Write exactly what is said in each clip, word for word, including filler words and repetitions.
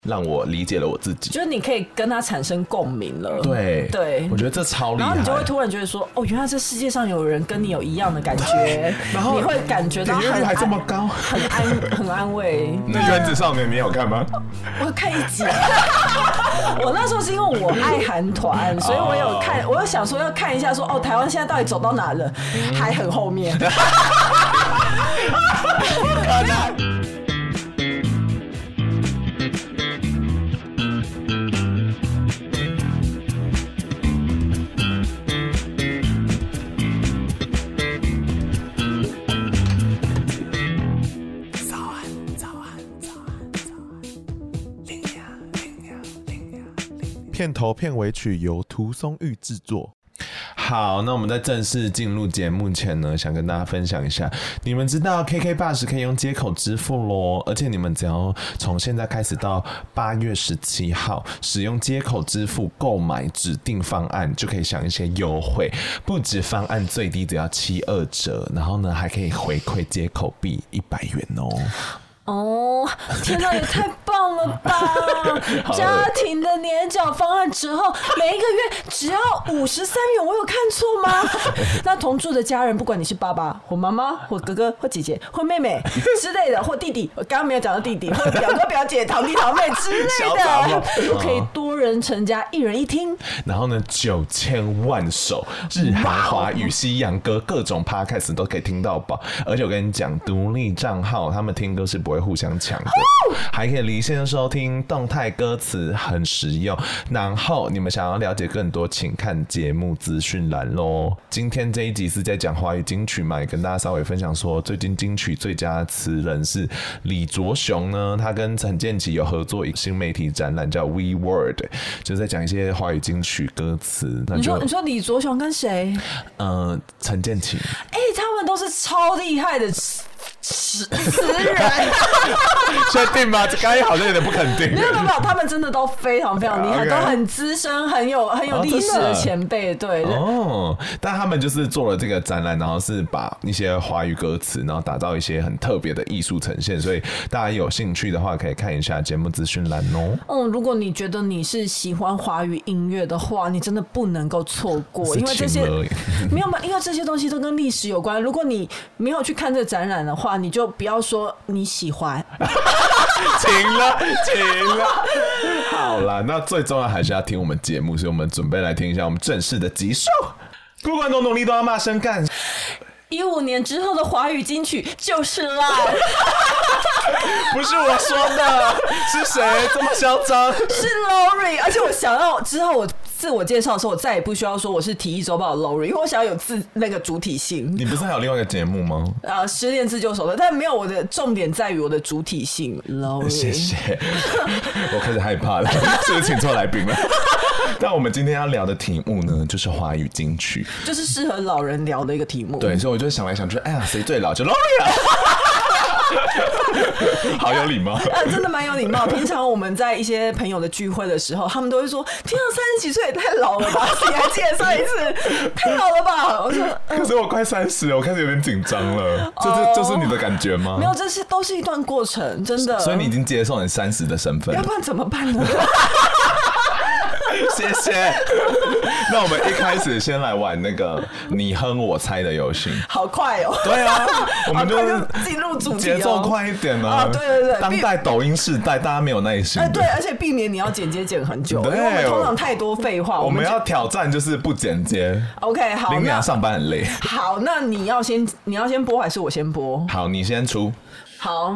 让我理解了我自己， 就是你可以跟他产生共鸣了。 对对， 我觉得这超厉害。 然后你就会突然觉得说，哦，原来这世界上有人跟你有一样的感觉， 然后你会感觉到很还这么高， 很安很安慰。 那《原子少年》你有看吗？ 我看一集。我那时候是因为我爱韩团，所以我有看，我有想说要看一下说，哦，台湾现在到底走到哪了，还很后面。 片头片尾曲由涂松玉制作。 好，那我们在正式进入节目前呢，想跟大家分享一下，你们知道 K K Bus 可以用街口支付咯，而且你们只要从现在开始到八月十七号使用街口支付购买指定方案，就可以享一些优惠，不止方案最低只要七二折，然后呢还可以回馈街口币一百元哦。 哦，天哪，也太棒了吧！家庭的年缴方案折后，每一个月只要五十三元，我有看错吗？那同住的家人，不管你是爸爸或妈妈或哥哥或姐姐或妹妹之类的，或弟弟，我刚刚没有讲到弟弟，或表哥表姐、堂弟堂妹之类的，都可以多人成家，一人一厅。 然后呢，九千万首日韩华语西洋歌，各种 podcast 都可以听到饱。而且我跟你讲，独立账号他们听歌是不会互相抢的，还可以离线收听动态歌词，很实用。然后你们想要了解更多，请看节目资讯栏咯。今天这一集是在讲华语金曲嘛，也跟大家稍微分享说，最近金曲最佳词人是李卓雄呢，他跟陈建骐有合作一个新媒体展览叫 We Word， 就是在讲一些华语金曲歌词。那就你说你说李卓雄跟谁？ 呃，陈建骐。 哎、欸，他们都是超厉害的词人。 确定吗？刚才好像有点不肯定。 没有没有，他们真的都非常非常厉害， okay. 都很资深，很有很有历史的前辈。对哦，但他们就是做了这个展览，然后是把一些华语歌词，然后打造一些很特别的艺术呈现，所以大家有兴趣的话，可以看一下节目资讯栏哦。 嗯，如果你觉得你是喜欢华语音乐的话，你真的不能够错过，因为这些没有嘛，因为这些东西都跟历史有关。如果你没有去看这个展览的话，你就不要说你喜欢。 停了，停了。好啦，那最重要还是要听我们节目，所以我们准备来听一下我们正式的集数。不管多努力都要骂声干。 一五年之后的华语金曲就是烂。 不是我说的，是谁这么嚣张？ 是 Lori， 而且我想要之后我自我介绍的时候，我再也不需要说我是体育周报的 Lori， 因为我想要有自那个主体性。 你不是还有另外一个节目吗？ 啊，失恋自救手段，但没有，我的重点在于我的主体性 ，Lori。 谢谢，我开始害怕了，是不是请错来宾了？但我们今天要聊的题目呢，就是华语金曲， 就是适合老人聊的一个题目。 对，所以我就想来想去，哎呀，谁最老就 Lori 了。好有礼貌、啊， 真的蛮有礼貌。平常我们在一些朋友的聚会的时候，他们都会说：“天啊，三十几岁也太老了吧！”你还记得上一次太老了吧？我说， 嗯、可是我快三十了，我开始有点紧张了。这是这是你的感觉吗？ 没有，这是都是一段过程，真的。 所以你已经接受你三十的身份了， 要不然怎么办呢？ 谢谢。那我们一开始先来玩那个你哼我猜的游戏。 好快哦！ 对啊，我们就进入主题、哦， 节奏快一点啊！ 对对对， 当代抖音世代，大家没有耐心。 哎、呃，对，而且避免你要剪接剪很久，因为我们通常太多废话。 我们要挑战就是不剪接。 OK， 好。 林娘上班很累。 好，那你要先你要先播还是我先播？ 好，你先出。 好。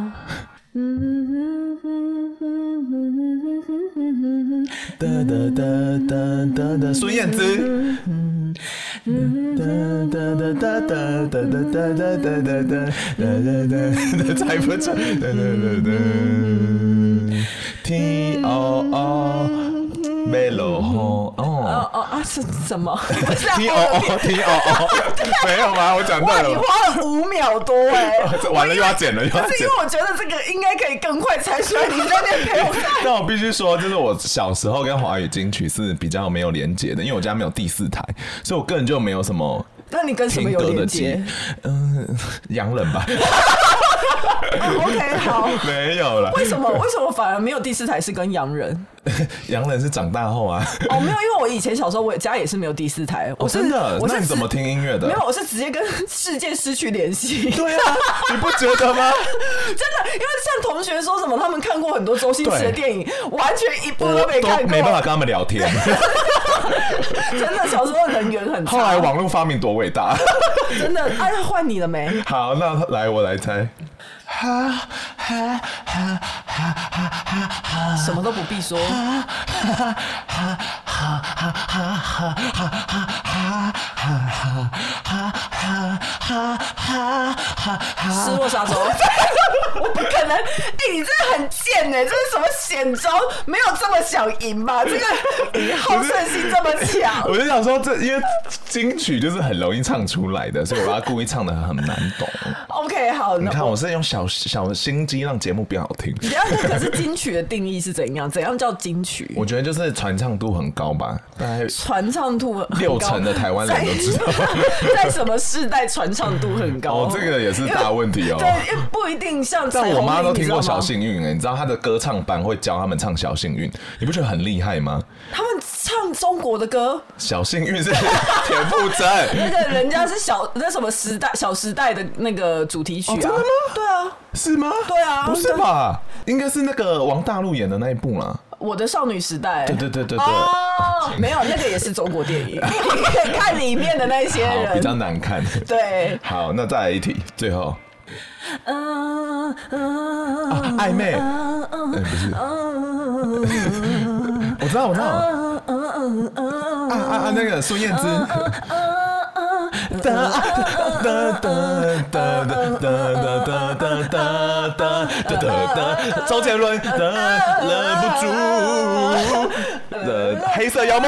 哒哒哒哒哒哒，孙燕姿。哒哒哒哒哒哒哒哒哒哒哒哒哒哒，猜不出。哒哒哒哒。T O O， 没落雨哦。 哦哦啊是什么 ？T O O T O O， 没有吗？我讲对了。 你花了五秒多哎， 完了又要剪了，又要剪。 是因为我觉得这个应该可以更快猜出来，你在那边陪我看。 但我必须说，就是我小时候跟华语金曲是比较没有连结的，因为我家没有第四台，所以我根本就没有什么。 那你跟什么有连结？ 嗯，洋人吧。 OK， 好， 没有了。 为什么？为什么反而没有第四台是跟洋人？ 洋人是长大后啊。 哦，没有，因为我以前小时候我家也是没有第四台。我是、哦、真的？ 我是那你怎么听音乐的？ 没有，我是直接跟世界失去联系。 对啊，你不觉得吗？ 真的，因为像同学说什么，他们看过很多周星驰的电影，完全一部都没看过， 没办法跟他们聊天。 真的，小时候人缘很差。 后来网络发明多伟大。 真的，哎、啊，换你了没？ 好，那来我来猜。哈哈哈哈哈哈！ 什么都不必说。 哈哈哈哈哈哈哈哈哈哈！ 失落沙洲。我不可能，哎、欸，你真的很贱哎、欸！这是什么险招？没有这么想赢吧？这个好胜心这么强。 我就想说，这因为金曲就是很容易唱出来的，所以我把它故意唱的很难懂。 OK， 好， 你看我是用小小心机让节目变好听。 等一下，那可是金曲的定义是怎样？怎样叫金曲？ 我觉得就是传唱度很高吧，大概传唱度很高， 六成的台湾人都知道。 在什么世代传唱度很高？ 哦，这个也是大问题哦。 对，因为不一定像彩虹。 但我妈都听过小幸运哎，你知道她的歌唱班会教他们唱小幸运，你不觉得很厉害吗？ 他们唱中国的歌， 小幸运是田馥甄， 那个人家是小那什么时代小时代的那个主题曲啊？哦、 真的吗？ 对啊， 是吗？ 对啊， 不是吧？应该是那个王大陆演的那一部啦。 我的少女时代， 对对对对对， 哦，没有，那个也是中国电影，你可以看里面的那些人， 比较难看。 对， 好，那再来一题，最后， 嗯嗯， 暧昧，哎，不是，我知道，我知道，啊啊啊，那个孙燕姿。哒哒哒哒哒哒哒哒哒哒哒，周杰伦的忍不住的黑色妖魔，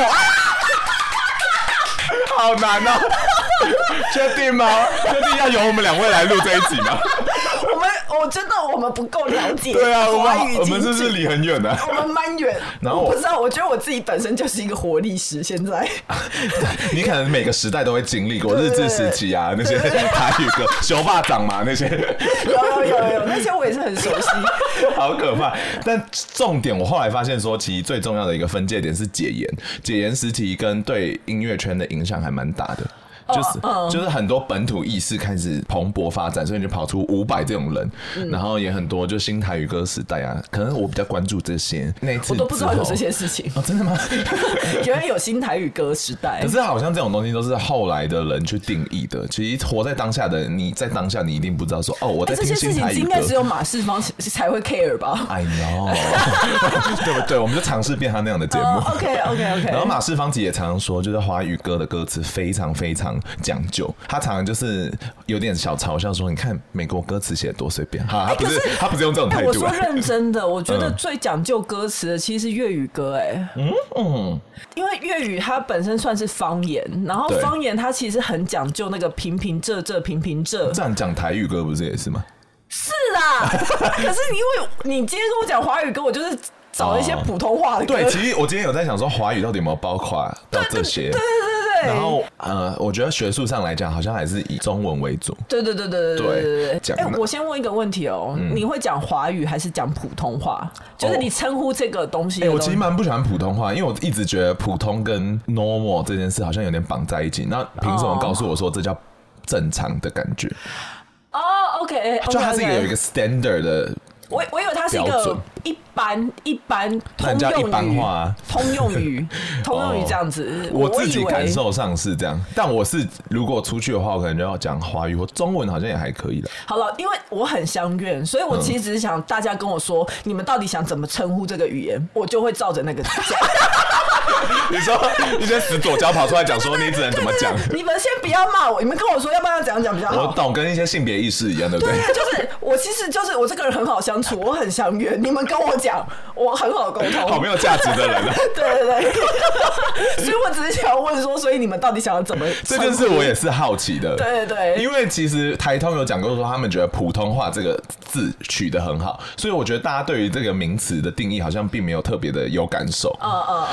好难哦！确定吗？确定要由我们两位来录这一集吗？ 我们我真的我们不够了解。 对啊，我们们我们是不是离很远的、啊？ 我们蛮远。然后我不知道，我觉得我自己本身就是一个活历史。现在， 你可能每个时代都会经历过日治时期啊，那些台语歌、熊霸掌嘛那些。 有有有有，那些我也是很熟悉。 好可怕！但重点我后来发现说，其实最重要的一个分界点是解严。解严时期跟对音乐圈的影响还蛮大的。就是、oh, uh. 就是很多本土意识开始蓬勃发展，所以就跑出伍佰这种人、嗯，然后也很多就新台语歌时代啊，可能我比较关注这些。那一次我都不知道有这些事情哦，真的吗？ 原来有新台语歌时代， 可是好像这种东西都是后来的人去定义的。其实活在当下的人，你在当下你一定不知道说哦，我在听新台语歌。这些事情应该只有马世芳才会 care 吧 ？I know， 对不对？我们就尝试变他那样的节目。 Oh, OK OK OK。 然后马世芳姐也常常说，就是华语歌的歌词非常非常讲究。他常常就是有点小嘲笑说：“你看美国歌词写的多随便。”哈，他不是、欸、他不是用这种态度、欸。 我说认真的，我觉得最讲究歌词的其实是粤语歌、欸，哎，嗯嗯，因为粤语它本身算是方言，然后方言它其实很讲究那个平平仄仄平平仄。 这样讲台语歌不是也是吗？ 是啦，可是因为你今天跟我讲华语歌，我就是找一些普通话的歌。 哦、对，其实我今天有在想说，华语到底有没有包括到这些？ 对对对对。 然后呃，我觉得学术上来讲，好像还是以中文为主。 对对对对对对对对。哎、欸，我先问一个问题哦、嗯，你会讲华语还是讲普通话？就是你称呼这个东西。哎、 欸，我其实蛮不喜欢普通话，因为我一直觉得普通跟 normal 这件事好像有点绑在一起。那凭什么告诉我说这叫正常的感觉？ 哦、oh, ，OK， 就它是一个有一个 standard 的。 我我以为它是一个一般一般通用语， 一般话、啊、 通用语，通用语这样子。 哦、我自己感受上是这样，但我是如果出去的话，我可能就要讲华语或中文，好像也还可以的。 好了，因为我很相怨，所以我其实只是想大家跟我说，嗯、你们到底想怎么称呼这个语言，我就会照着那个讲。 你说一些死左交跑出来讲说你只能怎么讲？ 你们先不要骂我，你们跟我说要不要怎样讲比较好。 我懂，跟一些性别意识一样，对不对？ 对，就是我其实就是我这个人很好相处，我很相约。你们跟我讲，我很好沟通。 好没有价值的人啊！ 对对对，所以我只是想要问说，所以你们到底想要怎么？ 这件事我也是好奇的。 对对对， 因为其实台通有讲过说，他们觉得普通话这个字取得很好，所以我觉得大家对于这个名词的定义好像并没有特别的有感受。嗯嗯嗯。然后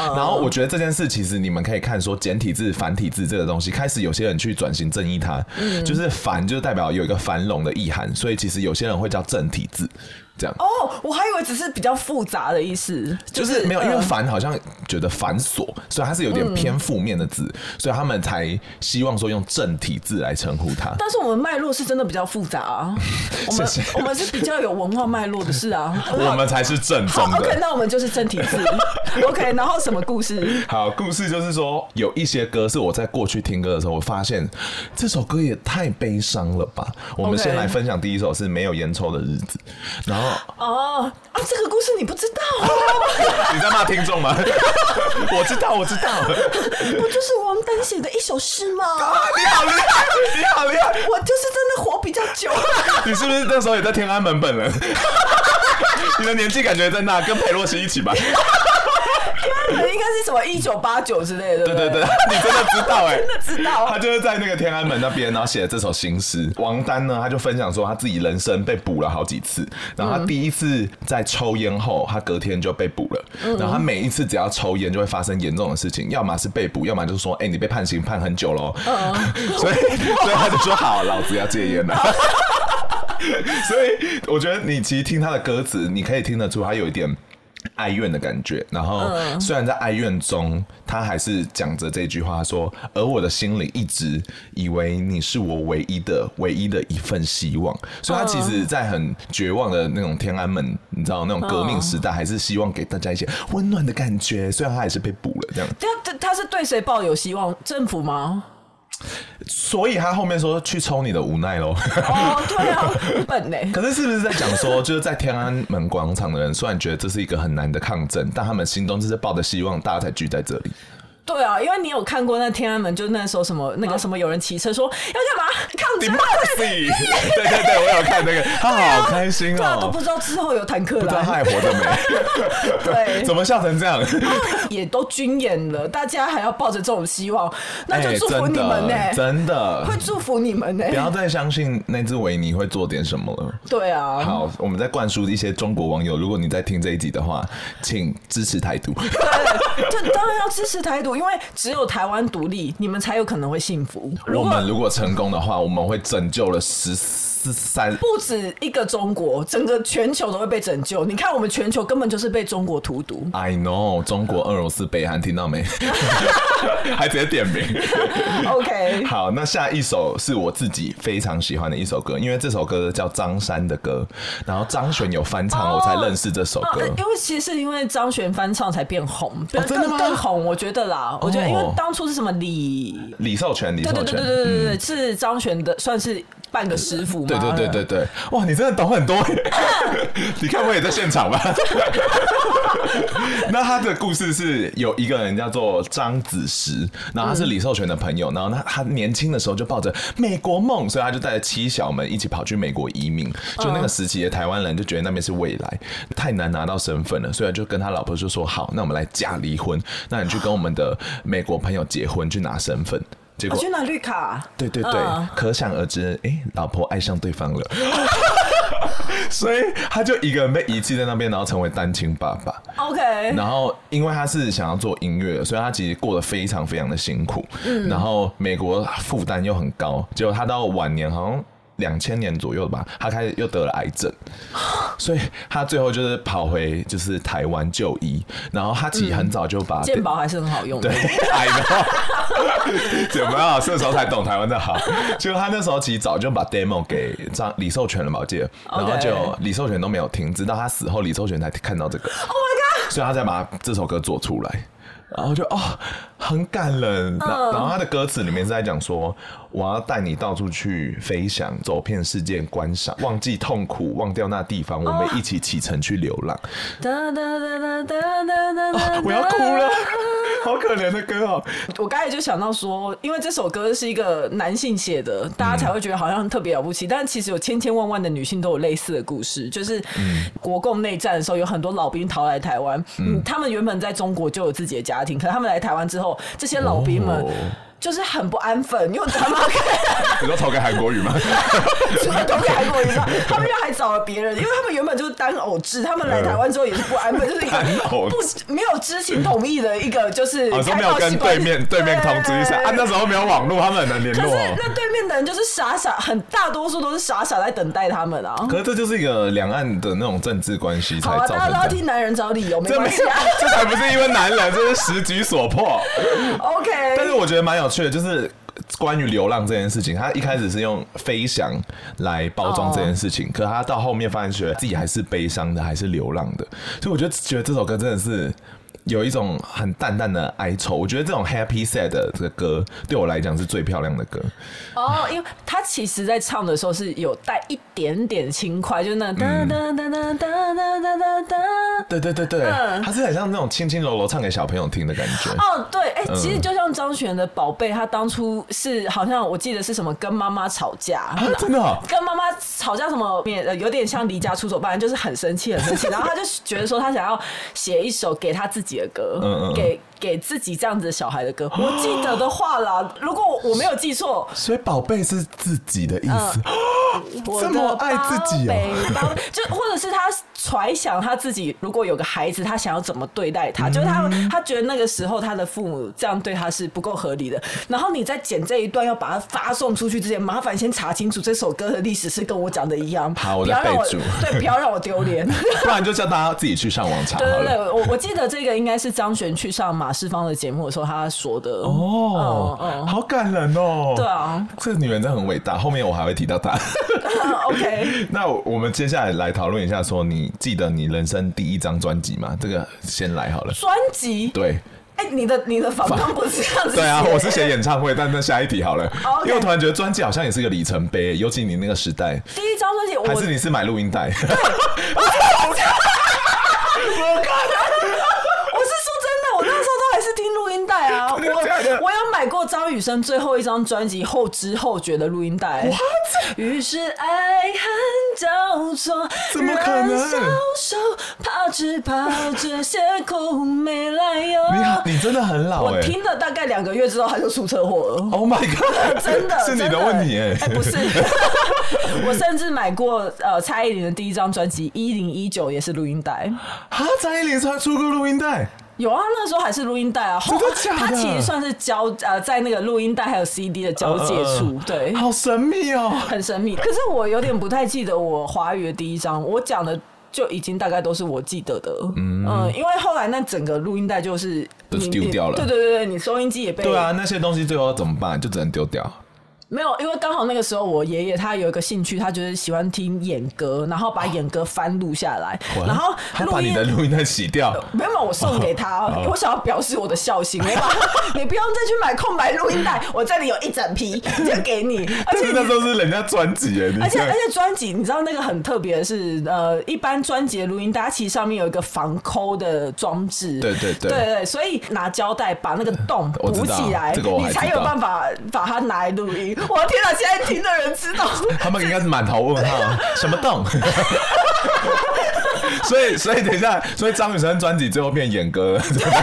我觉得这件事其实你们可以看说简体字、繁体字这个东西，开始有些人去转型正义它，嗯、就是繁就是代表有一个繁荣的意涵，所以其实有些人会叫正体字。这样哦，我还以为只是比较复杂的意思， 就是、就是、没有，因为繁好像觉得繁琐，所以它是有点偏负面的字，嗯、所以他们才希望说用正体字来称呼它。 但是我们脉络是真的比较复杂啊，我们谢谢我们是比较有文化脉络的事啊， 我们才是正宗的。 OK， 那我们就是正体字。OK， 然后什么故事？ 好，故事就是说有一些歌是我在过去听歌的时候，我发现这首歌也太悲伤了吧。我们先来分享第一首是没有烟抽的日子，然后哦。啊，这个故事你不知道、啊？ 你在骂听众吗？我知道，我知道， 不就是王丹写的一首诗吗？ 啊，你好厉害，你好厉害！ 我就是真的活比较久。 你是不是那时候也在天安门本人？你的年纪感觉在那，跟裴洛西一起吧？ 应该是什么一九八九之类的， 对对对，你真的知道哎、欸， 真的知道。 他就是在那个天安门那边，然后写了这首新诗。王丹呢，他就分享说他自己人生被捕了好几次，然后他第一次在抽烟后，他隔天就被捕了。嗯、然后他每一次只要抽烟，就会发生严重的事情，要么是被捕，要么就是说，哎、欸，你被判刑判很久喽。嗯、所以，所以他就说好，老子要戒烟了。所以我觉得你其实听他的歌词，你可以听得出他有一点哀怨的感觉，然后虽然在哀怨中，他还是讲着这句话说：“而我的心里一直以为你是我唯一的、唯一的一份希望。”所以，他其实，在很绝望的那种天安门，你知道那种革命时代，还是希望给大家一些温暖的感觉。虽然他还是被捕了，这样。 他他是对谁抱有希望？政府吗？ 所以他后面说去抽你的无奈咯。 哦，对啊，笨呢。 可是是不是在讲说，就是在天安门广场的人，虽然觉得这是一个很难的抗争，但他们心中就是抱着希望，大家才聚在这里。 对啊，因为你有看过那天安门，就那时候什么那个什么有人骑车说要干嘛抗争 ，Democracy， 对对对，我有看那个，他好开心哦， 对啊，都不知道之后有坦克来， 不知道他还活着没？ 对， 怎么笑成这样？ 也都军演了，大家还要抱着这种希望，那就祝福你们呢、欸， 真的会祝福你们呢、欸， 不要再相信那只维尼会做点什么了。 对啊， 好，我们再灌输一些中国网友，如果你在听这一集的话，请支持台独。 对，就当然要支持台独，因为只有台湾独立，你们才有可能会幸福。 我们如果成功的话，我们会拯救了十三， 不止一个中国，整个全球都会被拯救。你看，我们全球根本就是被中国荼毒。 I know， 中国、俄罗斯、北韩，听到没？还直接点名。 OK， 好，那下一首是我自己非常喜欢的一首歌，因为这首歌叫张山的歌，然后张悬有翻唱，哦、我才认识这首歌。 哦、因为其实是因为张悬翻唱才变红， 哦、真的吗？ 更红，我觉得啦，我觉得因为当初是什么李李寿全，李寿全， 对对对对对对，嗯、是张悬的，算是半个师傅嘛。 对对对对对，哇，你真的懂很多耶！你看我也在现场吧？那他的故事是有一个人叫做张子时，然后他是李寿全的朋友，然后他他年轻的时候就抱着美国梦，所以他就带着妻小们一起跑去美国移民。就那个时期的台湾人就觉得那边是未来，太难拿到身份了，所以就跟他老婆就说：“好，那我们来假离婚，那你去跟我们的美国朋友结婚，去拿身份。”结果去拿绿卡， 对对对，嗯、可想而知，哎、欸，老婆爱上对方了，所以他就一个人被遗弃在那边，然后成为单亲爸爸。 OK， 然后因为他是想要做音乐，所以他其实过得非常非常的辛苦。嗯，然后美国负担又很高，结果他到晚年好像两千年左右吧，他开始又得了癌症，所以他最后就是跑回就是台湾就医。然后他其实很早就把健保还是很好用的， 对，I know， 有没有？这时候才懂台湾的好。结果他那时候其实早就把 demo 给张李寿全了吧，我记得，然后就李寿全都没有听，直到他死后，李寿全才看到这个。 Oh my god！ 所以他才把这首歌做出来。然后就哦，很感人。嗯、然后他的歌词里面是在讲说，我要带你到处去飞翔，走遍世界观赏，忘记痛苦，忘掉那地方，我们一起启程去流浪。哦、我要哭了，好可怜的歌哦。 我刚才就想到说，因为这首歌是一个男性写的，大家才会觉得好像特别了不起，嗯、但其实有千千万万的女性都有类似的故事，就是国共内战的时候，有很多老兵逃来台湾，嗯，他们原本在中国就有自己的家庭。可是他们来台湾之后，这些老兵们就是很不安分，因为他们你说投给韩国瑜吗？ 除了投给韩国瑜之外，他们就还找了别人，因为他们原本就是单偶制，他们来台湾之后也是不安分，就是一个不没有知情同意的一个，就是哦，说没有跟对面对面通知一下啊，那时候没有网络，他们很难联络。 可是那对面的人就是傻傻，很大多数都是傻傻在等待他们啊。 可是这就是一个两岸的那种政治关系才好啊， 造成的。 大家都要替男人找理由，没关系啊。 这才不是因为男人，这是时局所迫。 OK， 但是我觉得蛮有趣的，就是关于流浪这件事情，他一开始是用飞翔来包装这件事情， oh. 可他到后面发现觉得自己还是悲伤的，还是流浪的，所以我觉得觉得这首歌真的是有一种很淡淡的哀愁。我觉得这种 happy sad 的这个歌对我来讲是最漂亮的歌。哦、 oh, ，因为他其实在唱的时候是有带一点点轻快，就是那哒哒哒哒哒哒哒哒哒。 对对对对，嗯、他是很像那种轻轻柔柔唱给小朋友听的感觉。 哦， oh, 对，哎、欸，其实就像张悬的《宝贝》，他当初是好像我记得是什么跟妈妈吵架， 啊、真的、哦、 跟妈妈吵架什么，有点像离家出走般，就是很生气很生气，然后他就觉得说他想要写一首给他自己的歌，嗯嗯给给自己这样子的小孩的歌。我记得的话啦，如果我没有记错， 所以宝贝是自己的意思， 嗯、 这么爱自己哦，就或者是他揣想他自己如果有个孩子，他想要怎么对待他，嗯、就是他他觉得那个时候他的父母这样对他是不够合理的。然后你在剪这一段要把它发送出去之前，麻烦先查清楚这首歌的历史是跟我讲的一样。 好，我在备注， 对，不要让我丢脸， 不然就叫大家自己去上网查好了。 对对对，我我记得这个应该是张悬去上马世芳的节目的时候他说的。 哦，嗯嗯、好感人哦。 对啊， 这个女人真的很伟大，后面我还会提到她。 OK， 那我们接下来来讨论一下，说你记得你人生第一张专辑吗？这个先来好了。 专辑？ 对。 哎、欸，你的你的访纲不是这样子？ 对啊，我是写演唱会，但那下一题好了， okay. 因为我突然觉得专辑好像也是个里程碑，尤其你那个时代。 第一张专辑， 还是你是买录音带？对， 我是我看，我是说真的，我那时候都还是听录音带啊。我我有买过张雨生最后一张专辑后知后觉的录音带。于是爱恨交错， 怎么可能？ 燃烧手，怕只怕这些苦没来由。 你好，你真的很老哎、欸！ 我听了大概两个月之后，他就出车祸了。 Oh my god！ 真的是你的问题哎、欸欸，不是。我甚至买过呃蔡依林的第一张专辑《一零一九》，也是录音带。 啊，蔡依林才出过录音带？ 有啊，那时候还是录音带啊。 真的假的？ 它其实算是交呃，在那个录音带还有 C D 的交界处，呃、对， 好神秘哦， 很神秘。可是我有点不太记得我华语的第一张，我讲的就已经大概都是我记得的，嗯、呃，因为后来那整个录音带就是都丢掉了， 对对对对，你收音机也被对啊，那些东西最后怎么办？就只能丢掉。 没有，因为刚好那个时候我爷爷他有一个兴趣，他就是喜欢听演歌，然后把演歌翻录下来，然后他把你的录音带洗掉。 没有，没有，我送给他，哦、我想要表示我的孝心。我把你不用再去买空白录音带，我这里有一整批，就给你。而且那时候是人家专辑哎， 而且而且专辑，你知道那个很特别的是，呃，一般专辑的录音带它其实上面有一个防抠的装置， 对对对， 对对，所以拿胶带把那个洞补起来， 这个我还知道， 你才有办法把它拿来录音。我的天哪！现在听的人知道， 他们应该是满头问号，什么洞？所以，所以等一下，所以张雨生专辑最后变演歌了。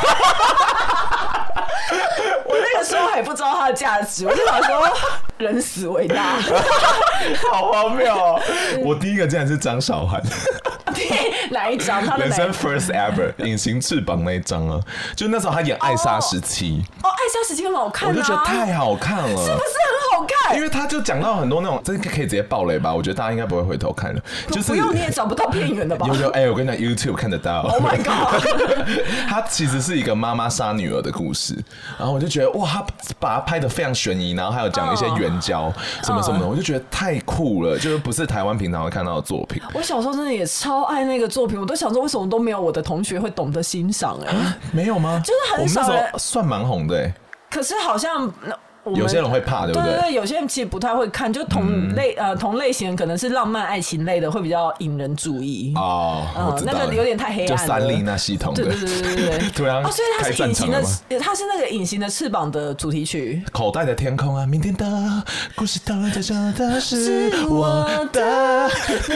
我那个时候还不知道它的价值，我就想说人死为大， 好荒谬哦！我第一个竟然是张韶涵。 哪一张？他的人生 first ever 隐形翅膀那一张啊，就那时候他演艾莎时期。 哦，艾莎时期很好看、啊， 我就觉得太好看了，是不是很好看？ 因为他就讲到很多那种，这个可以直接爆雷吧？我觉得大家应该不会回头看了。就是不用，你也找不到片源的吧？ 有有，哎、欸，我跟你讲 ，YouTube 看得到。 Oh my god！ 他其实是一个妈妈杀女儿的故事，然后我就觉得哇，他把它拍得非常悬疑，然后还有讲一些援交、oh. 什么什么的，我就觉得太酷了，就是不是台湾平常会看到的作品。 我小时候真的也超爱那个作品，我都想说为什么都没有我的同学会懂得欣赏哎、欸， 没有吗？ 就是很少人， 我们那时候算蛮红的哎、欸， 可是好像。 有些人会怕，对不对？ 对对对，有些人其实不太会看，就同类、嗯、呃同类型可能是浪漫爱情类的，会比较引人注意哦。 嗯，那个有点太黑暗了， 就三丽那系统的， 对对对对对。 突然哦，所以它是隐形的，它是那个隐形的翅膀的主题曲。 口袋的天空啊，明天的故事都在这的是我的。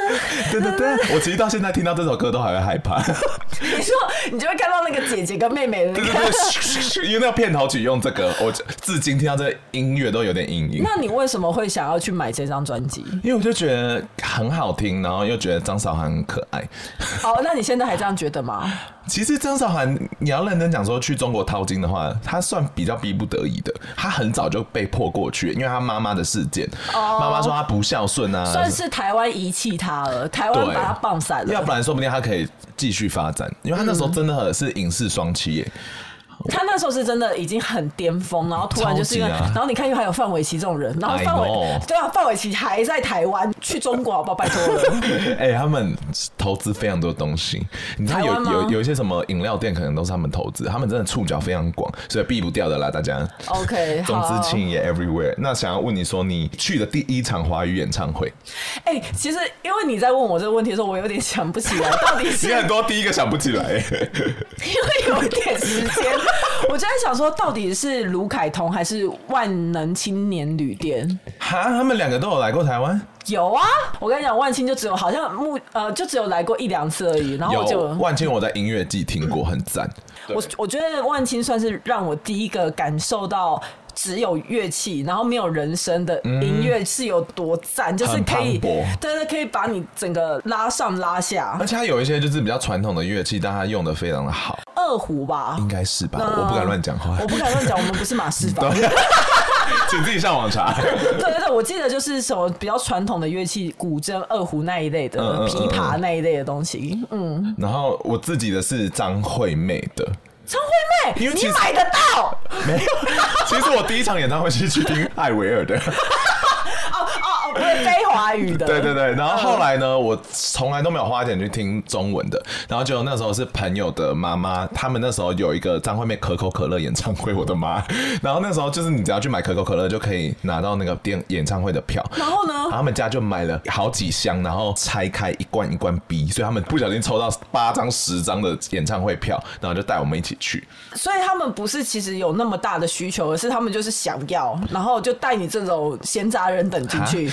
对对对，我其实到现在听到这首歌都还会害怕。 你说你就会看到那个姐姐跟妹妹的那个， 对对对，因为那个片头曲用这个，我至今听到这个音乐都有点阴影。 那你为什么会想要去买这张专辑？ 因为我就觉得很好听，然后又觉得张韶涵很可爱。 好，那你现在还这样觉得吗？ 其实张韶涵，你要认真讲说去中国淘金的话，她算比较逼不得已的。她很早就被迫过去，因为她妈妈的事件，妈妈、oh, 说她不孝顺啊， 算是台湾遗弃她了，台湾把她棒散了。 要不然说不定她可以继续发展，因为她那时候真的是影视双栖耶。 他那时候是真的已经很巅峰，然后突然就是一个，啊、然后你看又还有范玮琪这种人，然后范玮对啊，范玮琪还在台湾，去中国好不好？拜托了。 哎、欸，他们投资非常多东西，你知道有有有一些什么饮料店可能都是他们投资，他们真的触角非常广，所以避不掉的啦，大家。 OK， 中资企业 everywhere。那想要问你说，你去的第一场华语演唱会？ 哎、欸，其实因为你在问我这个问题的时候，我有点想不起来，到底是你很多第一个想不起来、欸， 因为有一点时间。我就在想说，到底是卢凯彤还是万能青年旅店？ 哈，他们两个都有来过台湾。 有啊，我跟你讲，万青就只有好像目呃，就只有来过一两次而已。然后我就万青，我在音乐季听过，很赞。 我我觉得万青算是让我第一个感受到。只有乐器，然后没有人声的音乐是有多赞、嗯，就是可以，对对，可以把你整个拉上拉下。 而且它有一些就是比较传统的乐器，但它用的非常的好。 二胡吧， 应该是吧？我不敢乱讲话， 我不敢乱讲，我们不是马世芳。 请自己上网查。 对对对，我记得就是什么比较传统的乐器，古筝、二胡那一类的，嗯嗯嗯琵琶那一类的东西。嗯。然后我自己的是张惠妹的。 张惠妹，因为你买得到？ 没有，其实我第一场演唱会是去听艾薇儿的。 哦哦哦，不是非华语的。 对对对，然后后来呢，我从来都没有花钱去听中文的，然后就那时候是朋友的妈妈，他们那时候有一个张惠妹可口可乐演唱会，我的妈！然后那时候就是你只要去买可口可乐就可以拿到那个电演唱会的票。 然后呢？然后他们家就买了好几箱，然后拆开一罐一罐逼，所以他们不小心抽到八张十张的演唱会票，然后就带我们一起去。 所以他们不是其实有那么大的需求，而是他们就是想要，然后就带你这种闲杂人等进去。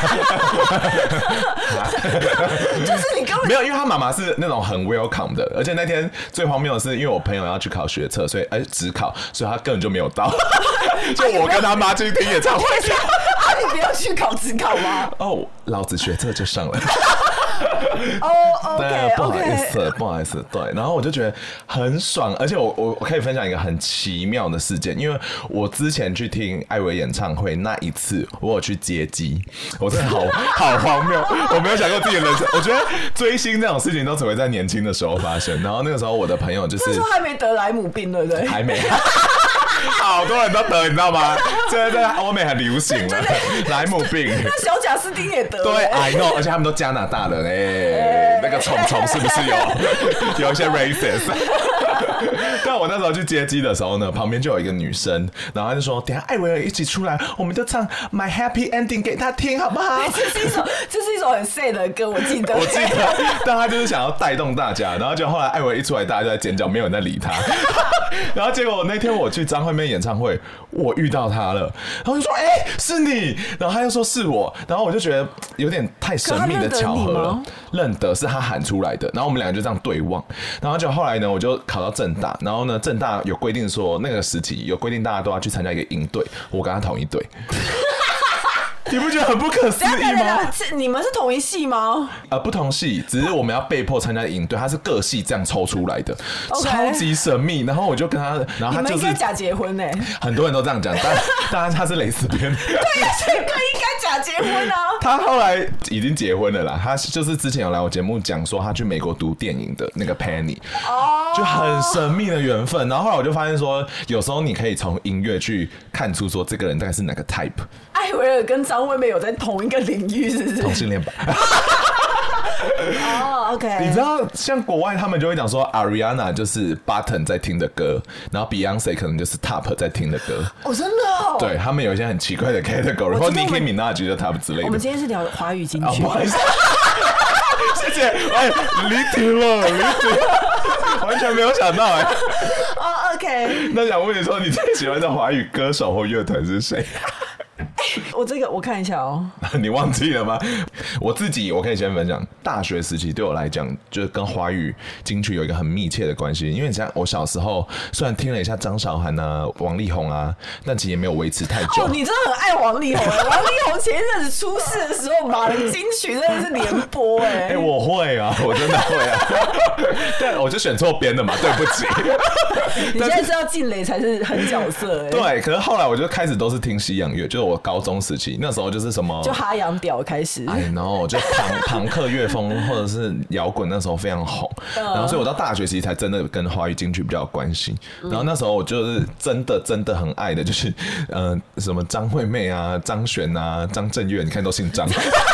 就是你根本没有，因为他妈妈是那种很 welcome 的，而且那天最荒谬的是，因为我朋友要去考学测，所以哎只考，所以他根本就没有到，就我跟他妈去听演唱会。 啊，你不要去考指考吗？ 哦，老子学测就上了。 哦、oh, ，OK， 不好意思，不好意思，对。然后我就觉得很爽，而且我我我可以分享一个很奇妙的事件，因为我之前去听艾薇演唱会那一次，我有去接机，我真的好好荒谬，我没有想过自己的人生。我觉得追星这种事情都只会在年轻的时候发生。然后那个时候我的朋友就是那时候还没得莱姆病，对不对？ 还没。好多人都得，你知道吗？现在在欧美很流行了，莱姆病。 那小贾斯汀也得。 对 ，I know， 而且他们都加拿大人哎、欸，那个虫虫是不是有有一些 racist？ 但我那时候去接机的时候呢，旁边就有一个女生，然后她就说：“等一下艾薇儿一起出来，我们就唱 My Happy Ending 给她听，好不好？” 这是一首，这是一首很 sad 的歌，我记得。 我记得，但她就是想要带动大家，然后就后来艾薇儿一出来，大家就在尖叫，没有人在理她。然后结果那天我去张惠妹演唱会，我遇到她了，然后就说：“哎、欸，是你。”然后她又说是我，然后我就觉得有点太神秘的巧合了。认得是她喊出来的，然后我们两个就这样对望，然后就后来呢，我就考到政大，然后呢，政大有规定说那个时期有规定大家都要去参加一个营队，我跟他同一队。你不觉得很不可思议吗？ 是你们是同一系吗？ 呃，不同系，只是我们要被迫参加营队，他是各系这样抽出来的， okay. 超级神秘。然后我就跟他，然后他就是你们应该假结婚呢、欸， 很多人都这样讲，但当然他是蕾丝边。 对呀、啊，这个应该假结婚啊。 他后来已经结婚了啦，他就是之前有来我节目讲说他去美国读电影的那个 Penny， 哦，就很神秘的缘分。然后后来我就发现说，有时候你可以从音乐去看出说这个人大概是哪个 type。 艾薇儿跟张惠妹有在同一个领域，是不是？ 同性恋吧。 哦、oh, ，OK。 你知道，像国外他们就会讲说 ，Ariana 就是 Button 在听的歌，然后 Beyonce 可能就是 Top 在听的歌。 哦，真的哦。 对，他们有一些很奇怪的 category， 或 Nicki Minaj 的 Top 之类的。 我们今天是聊华语金曲。哦、 不好意思。谢谢。哎，离题了，离题了，完全没有想到哎、欸。 哦、oh, ，OK。 那想问你说，你最喜欢的华语歌手或乐团是谁？ 我这个我看一下哦。 你忘记了吗？我自己我可以先分享，大学时期对我来讲，就是跟华语金曲有一个很密切的关系。因为你像我小时候，虽然听了一下张韶涵啊、王力宏啊，但其实也没有维持太久。 哦，你真的很爱王力宏哎！王力宏前一阵子出事的时候，马的金曲真的是连播哎。 哎、欸，我会啊，我真的会啊。对，我就选错边了嘛，对不起。 你现在知道静蕾才是狠角色哎。 对，可是后来我就开始都是听西洋乐，就是我高中时期那时候就是什么， 就哈洋屌开始。 哎，然后就朋朋克乐风或者是摇滚那时候非常红，嗯、然后所以我到大学时期才真的跟华语金曲比较有关系。然后那时候我就是真的真的很爱的，就是呃什么张惠妹啊、张悬啊、张震岳，你看都姓张。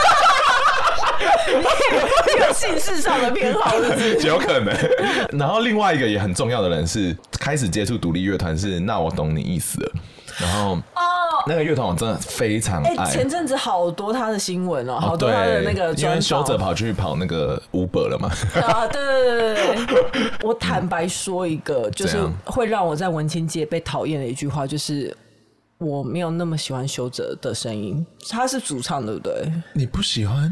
你有姓氏上的偏好是不是？ 有可能。然后另外一个也很重要的人是开始接触独立乐团是那我懂你意思了。然后哦，那个乐团我真的非常爱。 欸、前阵子好多他的新闻哦，好多他的那个专访， 因为修哲跑去跑那个 Uber 了嘛。 啊，对对对对。我坦白说一个，就是会让我在文青界被讨厌的一句话，就是我没有那么喜欢修哲的声音。他是主唱对不对？ 你不喜欢？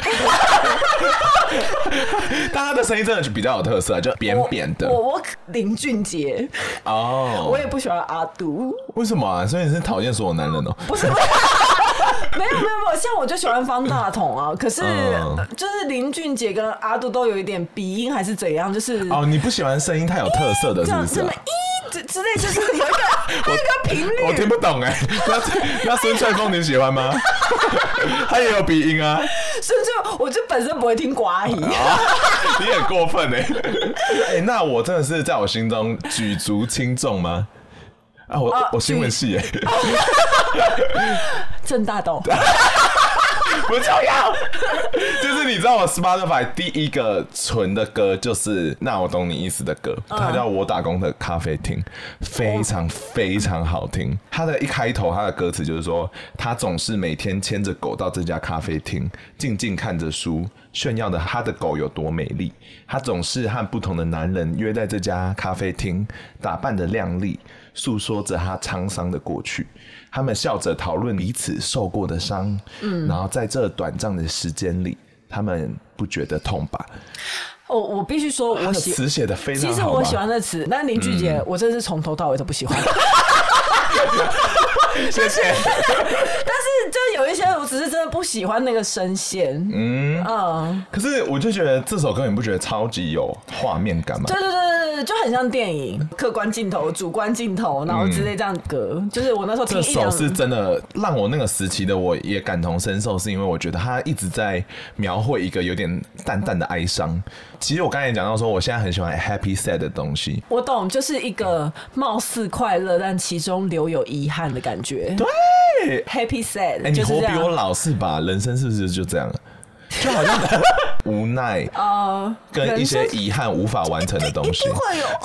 但他的声音真的比较有特色，就扁扁的。 我我林俊杰哦， 我也不喜欢阿杜。 为什么啊？所以你是讨厌所有男人哦？ 不是，没有没有没有，像我就喜欢方大同啊。可是、嗯、就是林俊杰跟阿杜都有一点鼻音还是怎样，就是哦，你不喜欢声音太有特色的，是不是、啊？ 之之类，就是有一个有一个频率， 我听不懂哎、欸。那那孙翠凤你喜欢吗？他也有鼻音啊。 孙翠，我就本身不会听寡语、 哦，你很过分哎、欸。哎、欸，那我真的是在我心中举足轻重吗？啊，我、啊、我新闻系哎、 欸。郑大斗。 不重要，就是你知道我 Spotify 第一个存的歌就是那我懂你意思的歌，它叫我打工的咖啡厅，非常非常好听。它的一开头，它的歌词就是说，他总是每天牵着狗到这家咖啡厅，静静看着书，炫耀的他的狗有多美丽。他总是和不同的男人约在这家咖啡厅，打扮的靓丽，诉说着他沧桑的过去。他们笑着讨论彼此受过的伤，嗯，然后在这短暂的时间里，他们不觉得痛吧？ 我我必须说，我喜词写的非常好。 其实我喜欢的词，但林俊杰、嗯，我真的是从头到尾都不喜欢。 谢谢。 但是就有一些，我只是真的不喜欢那个声线。嗯嗯。可是我就觉得这首歌，你不觉得超级有画面感吗？ 对对对对，就很像电影，客观镜头、主观镜头，然后之类这样歌。嗯、就是我那时候听这首是真的让我那个时期的我也感同身受，是因为我觉得他一直在描绘一个有点淡淡的哀伤。其实我刚才讲到说，我现在很喜欢 happy sad 的东西。 我懂，就是一个貌似快乐，但其中留有遗憾的感觉。 对 ，happy sad，、欸、 你活比我老是吧？人生是不是就这样？就好像无奈，呃，跟一些遗憾无法完成的东西。 会有，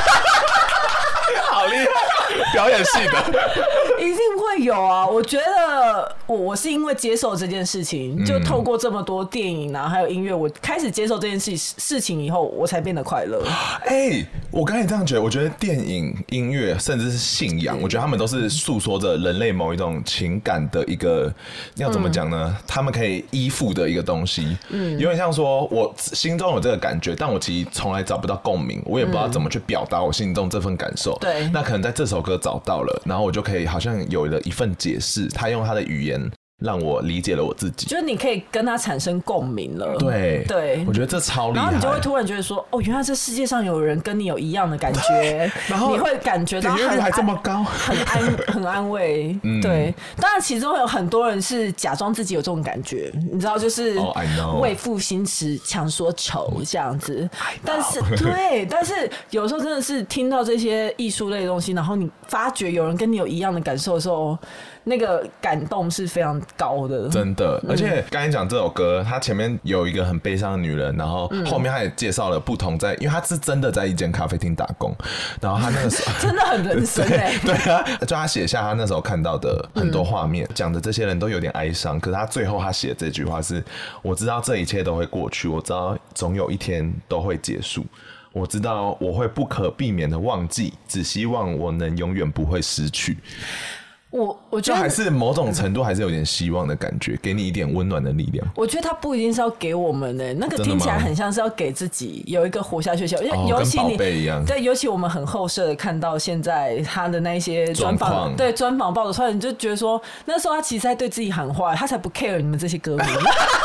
好厉害，表演系的。 一定会有啊！我觉得我我是因为接受这件事情，就透过这么多电影啊，还有音乐，我开始接受这件事事情以后，我才变得快乐。 哎、欸，我刚才这样觉得，我觉得电影、音乐，甚至是信仰，我觉得他们都是诉说着人类某一种情感的一个，要怎么讲呢、嗯？他们可以依附的一个东西。嗯，有点像说，我心中有这个感觉，但我其实从来找不到共鸣，我也不知道怎么去表达我心中这份感受。 对、嗯， 那可能在这首歌找到了，然后我就可以好像有了一份解释，他用他的语言让我理解了我自己， 就是你可以跟他产生共鸣了。 对对， 我觉得这超厉害。 然后你就会突然觉得说，哦，原来这世界上有人跟你有一样的感觉，然后你会感觉到点阅率还这么高， 很安很安慰。嗯、对，当然其中有很多人是假装自己有这种感觉，你知道，就是为赋新词强说愁这样子。但是对，但是有时候真的是听到这些艺术类的东西，然后你发觉有人跟你有一样的感受的时候，那个感动是非常高的， 真的。而且刚才讲这首歌，它前面有一个很悲伤的女人，然后后面他也介绍了不同在，因为他是真的在一间咖啡厅打工，然后他那个时候真的很人生哎、欸， 对啊，就他写下他那时候看到的很多画面，讲、嗯、的这些人都有点哀伤，可是他最后他写这句话是：我知道这一切都会过去，我知道总有一天都会结束。我知道我会不可避免的忘记，只希望我能永远不会失去。 我我觉得就还是某种程度还是有点希望的感觉，给你一点温暖的力量。 我觉得他不一定是要给我们的、欸，那个听起来很像是要给自己有一个活下去的希望。 哦， 尤其你跟宝贝一样， 对，尤其我们很后设的看到现在他的那些专访，对专访报的出来，你就觉得说那时候他其实在对自己喊话，他才不 care 你们这些歌迷。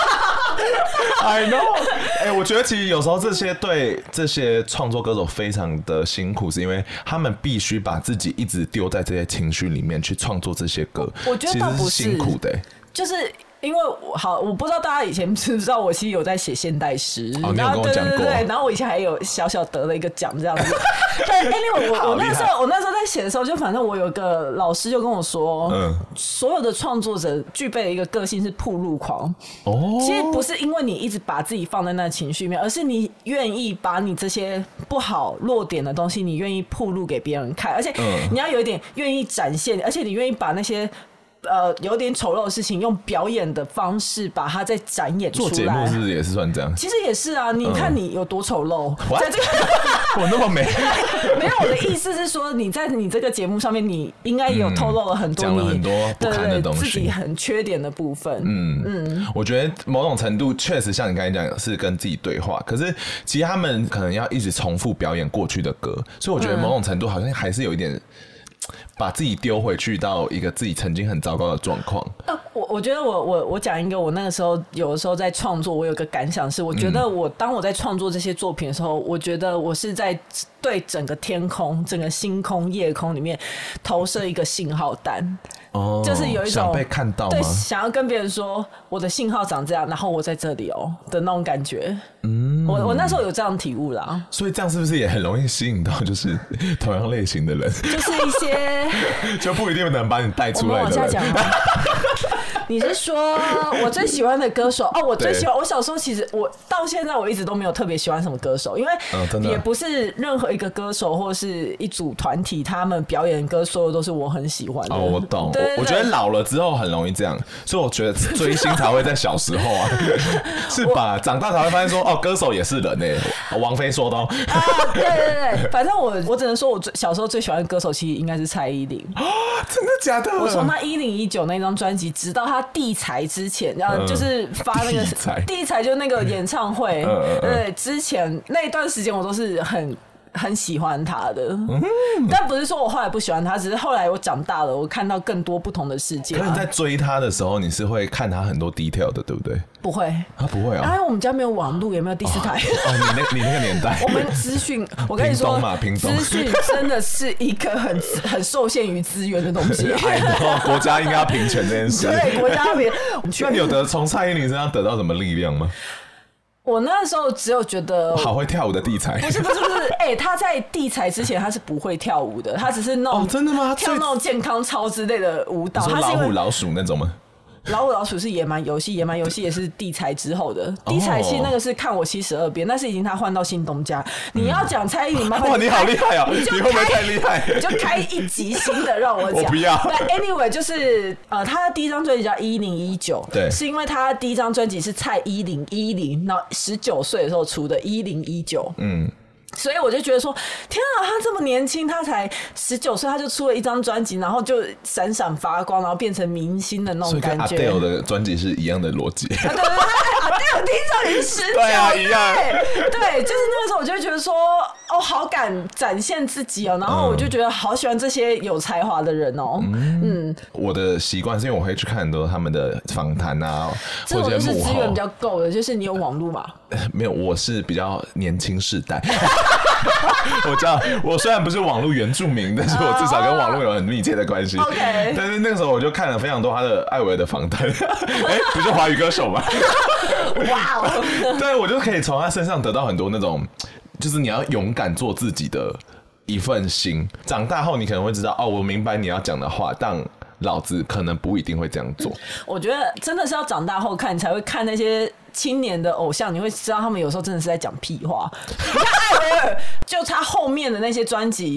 I know， 哎、欸，我觉得其实有时候这些对这些创作歌手非常的辛苦，是因为他们必须把自己一直丢在这些情绪里面去创作这些歌。 我觉得倒不是其实是辛苦的、欸， 就是因为我好，我不知道大家以前知不知道，我其实有在写现代诗。 哦，你有跟我讲过。 对对对，然后我以前还有小小得了一个奖这样子。但 anyway， 我我那时候我那时候在写的时候，就反正我有个老师就跟我说，嗯，所有的创作者具备的一个个性是暴露狂。哦，其实不是因为你一直把自己放在那情绪里面，而是你愿意把你这些不好落点的东西，你愿意暴露给别人看，而且你要有一点愿意展现，而且你愿意把那些。呃，有点丑陋的事情，用表演的方式把它再展演出来。 做节目是不是也是算这样？ 其实也是啊，你看你有多丑陋， 嗯、 在这个我那么美。 没有，我的意思是说，你在你这个节目上面，你应该也有透露了很多你， 讲、嗯、了很多不堪的东西， 自己很缺点的部分。嗯嗯， 我觉得某种程度确实像你刚才讲，是跟自己对话。可是其实他们可能要一直重复表演过去的歌，所以我觉得某种程度好像还是有一点。把自己丢回去到一个自己曾经很糟糕的状况。 呃，我我觉得我我我讲一个，我那个时候有的时候在创作，我有个感想是，我觉得我、嗯、当我在创作这些作品的时候，我觉得我是在对整个天空、整个星空、夜空里面投射一个信号弹。哦，就是有一种想被看到吗？ 对，想要跟别人说我的信号长这样，然后我在这里哦的那种感觉。嗯，我我那时候有这样体悟啦。 所以这样是不是也很容易吸引到就是同样类型的人？ 就是一些就不一定能把你带出来的人。 我们往下讲啊。你是说我最喜欢的歌手哦？我最喜欢，我小时候其实我到现在我一直都没有特别喜欢什么歌手，因为也不是任何一个歌手或是一组团体他们表演歌，所有都是我很喜欢的。 哦，我懂。对对对，我觉得老了之后很容易这样，所以我觉得追星才会在小时候啊，是吧？长大才会发现说，哦，歌手也是人哎、欸，王菲说的哦。啊， 对对对，反正我我只能说我最小时候最喜欢的歌手其实应该是蔡依林。 啊，真的假的？ 我从他一零一九那张专辑，直到他地才之前，然后就是发那个地才，就那个演唱会，嗯、对，之前那一段时间我都是很。很喜欢他的、嗯，但不是说我后来不喜欢他，只是后来我长大了，我看到更多不同的世界、啊。 可是你在追他的时候，你是会看他很多 detail 的，对不对？ 不会， 啊，不会啊。 因为我们家没有网路，也没有第四台。 哦，哦你那，你那个年代， 我们资讯，我跟你说，资讯真的是一个很很受限于资源的东西。 哎，国家应该要平权这件事。 对，国家要平。 那你有得从蔡依林身上得到什么力量吗？ 我那时候只有觉得好会跳舞的地才， 不是不是不是，哎、欸，他在地才之前他是不会跳舞的，他只是那种、 哦、真的吗？ 跳那种健康操之类的舞蹈。 你说老虎老鼠那种吗？ 老虎老鼠是野蛮游戏，野蛮游戏也是地才之后的。地才其实那个是看我七十二变，那是已经他换到新东家。嗯、你要讲蔡依林吗？ 哇，你好厉害啊！你会不会太厉害？ 你就开一集新的让我讲。 我不要。 但 anyway 就是呃，他的第一张专辑叫一零一九， 对， 是因为他第一张专辑是蔡依林一零，然后十九岁的时候出的一零一九，嗯。所以我就觉得说，天啊，他这么年轻，他才十九岁，他就出了一张专辑，然后就闪闪发光，然后变成明星的那种感觉。 所以跟 Adele 的专辑是一样的逻辑。 啊，对对对 ，Adele 第一张也是十九， 对啊，一样。 对，就是那个时候，我就会觉得说，哦，好敢展现自己哦，然后我就觉得好喜欢这些有才华的人哦。嗯，嗯我的习惯是因为我会去看很多他们的访谈啊， 这种就是资源比较够的，就是你有网路嘛。 没有，我是比较年轻世代。我知道，我虽然不是网络原住民，但是我至少跟网络有很密切的关系。 OK， 但是那个时候我就看了非常多他的艾薇儿的访谈。哎、欸，不是华语歌手吗？ 哇哦！ 对，我就可以从他身上得到很多那种，就是你要勇敢做自己的一份心。长大后你可能会知道，哦，我明白你要讲的话，但老子可能不一定会这样做。 我觉得真的是要长大后看，你才会看那些青年的偶像，你会知道他们有时候真的是在讲屁话。你看艾薇儿，就他后面的那些专辑，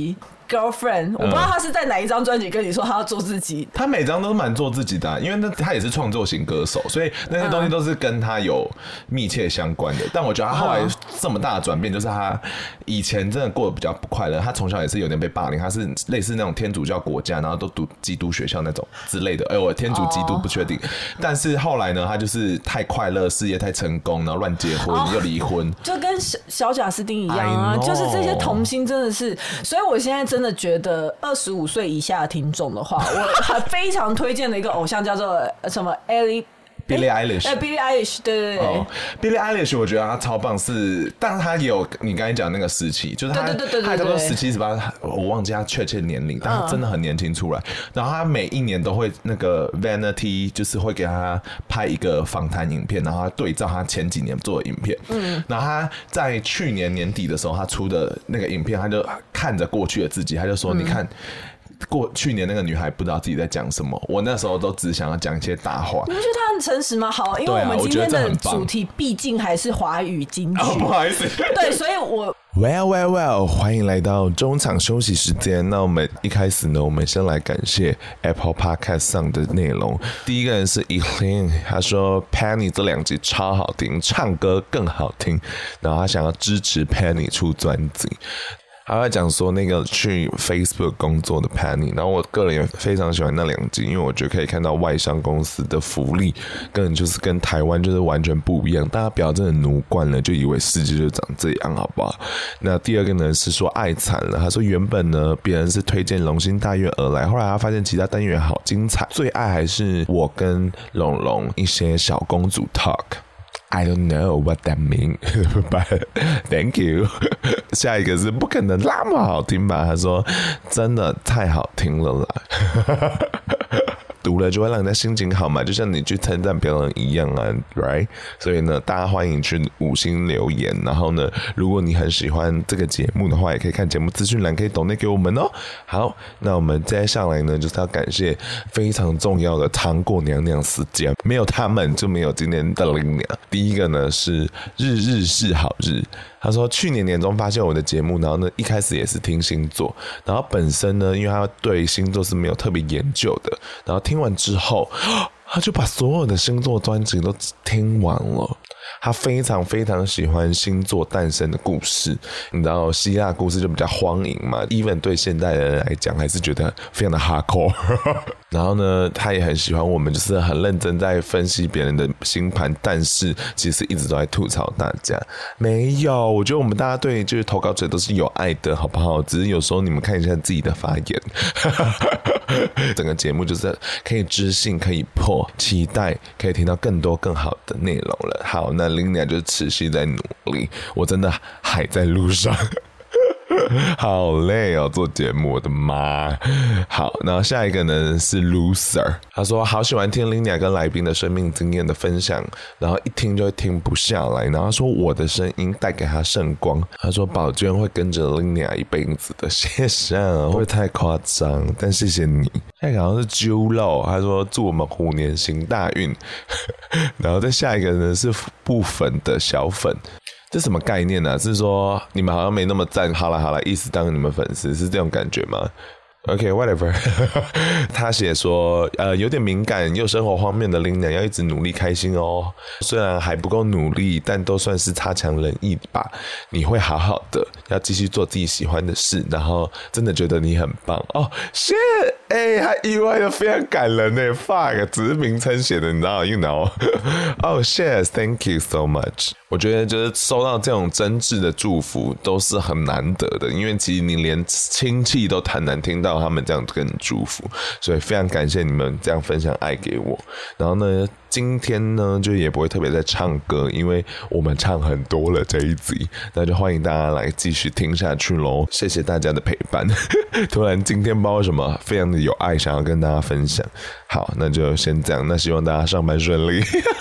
girlfriend，、嗯、我不知道他是在哪一张专辑跟你说他要做自己。 他每张都蛮做自己的、啊，因为那他也是创作型歌手，所以那些东西都是跟他有密切相关的。嗯、但我觉得他后来这么大的转变，就是他以前真的过得比较不快乐。他从小也是有点被霸凌，他是类似那种天主教国家，然后都读基督学校那种之类的。哎、欸，我天主基督不确定。哦、但是后来呢，他就是太快乐，事业太成功，然后乱结婚、哦、又离婚， 就跟小小贾斯汀一样啊，就是这些童星真的是。所以我现在真的觉得二十五岁以下的听众的话，我非常推荐的一个偶像叫做什么 Ellie。Billie Eilish， 哎 ，Billie Eilish， 对对对、哦、 ，Billie Eilish， 我觉得她超棒是，但是她也有你刚才讲那个时期，就是她，她差不多十七十八，我忘记她确切年龄，但她真的很年轻出来。嗯、然后她每一年都会那个 Vanity， 就是会给她拍一个访谈影片，然后她对照她前几年做的影片。嗯，然后她在去年年底的时候，她出的那个影片，她就看着过去的自己，她就说：“嗯、你看。”过去年那个女孩不知道自己在讲什么，我那时候都只想要讲一些大话。 你不觉得她很诚实吗？好，因为我们今天的主题毕竟还是华语金曲、 哦，不好意思。 对，所以我 Well well well， 欢迎来到中场休息时间。那我们一开始呢，我们先来感谢 Apple Podcast 上的内容。第一个人是 Eileen， 他说 Penny 这两集超好听，唱歌更好听，然后他想要支持 Penny 出专辑。他在讲说那个去 Facebook 工作的 Penny， 然后我个人也非常喜欢那两集，因为我觉得可以看到外商公司的福利，跟就是跟台湾就是完全不一样。大家不要真的奴惯了，就以为世界就长这样，好不好？那第二个呢是说爱惨了，他说原本呢别人是推荐龙心大悦而来，后来他发现其他单元好精彩，最爱还是我跟龙龙一些小公主 talk。I don't know what that means, but thank you. 下一个是不可能那么好听吧？他说真的太好听了啦。读了就会让人家心情好嘛，就像你去称赞别人一样啊 ，right？ 所以呢，大家欢迎去五星留言。然后呢，如果你很喜欢这个节目的话，也可以看节目资讯栏，可以抖内给我们哦。好，那我们接下来呢，就是要感谢非常重要的糖果娘娘时间，没有他们就没有今天的林娘。第一个呢是日日是好日。他说去年年中发现我的节目，然后呢一开始也是听星座，然后本身呢因为他对星座是没有特别研究的，然后听完之后他就把所有的星座专辑都听完了。他非常非常喜欢星座诞生的故事，你知道希腊故事就比较荒淫嘛 even 对现代人来讲还是觉得非常的 hardcore 然后呢他也很喜欢我们就是很认真在分析别人的星盘，但是其实一直都在吐槽大家。没有，我觉得我们大家对就是投稿者都是有爱的好不好，只是有时候你们看一下自己的发言整个节目就是可以知性可以破，期待可以听到更多更好的内容了。好，那Linia就持续在努力，我真的还在路上好累哦，做节目，我的妈！好，然后下一个呢是 Loser， 他说好喜欢听 Linia 跟来宾的生命经验的分享，然后一听就会停不下来，然后他说我的声音带给他圣光，他说宝娟会跟着 Linia 一辈子的，谢谢啊，会不会太夸张？但谢谢你。下一个好像是揪肉，他说祝我们虎年行大运然后再下一个呢是不粉的小粉，这什么概念呢、啊？是说你们好像没那么赞，好啦好啦，意思当你们粉丝是这种感觉吗？OK whatever 他写说呃有点敏感又生活荒谬的Linia要一直努力开心哦，虽然还不够努力但都算是差强人意吧，你会好好的，要继续做自己喜欢的事，然后真的觉得你很棒哦。shit 哎、欸，还意外的非常感人耶 fuck 只是名称写的你知道 you know oh shit thank you so much。 我觉得就是收到这种真挚的祝福都是很难得的，因为其实你连亲戚都很难听到他们这样跟你祝福，所以非常感谢你们这样分享爱给我。然后呢今天呢就也不会特别在唱歌，因为我们唱很多了这一集，那就欢迎大家来继续听下去咯，谢谢大家的陪伴突然今天不知道为什么非常的有爱想要跟大家分享。好，那就先这样，那希望大家上班顺利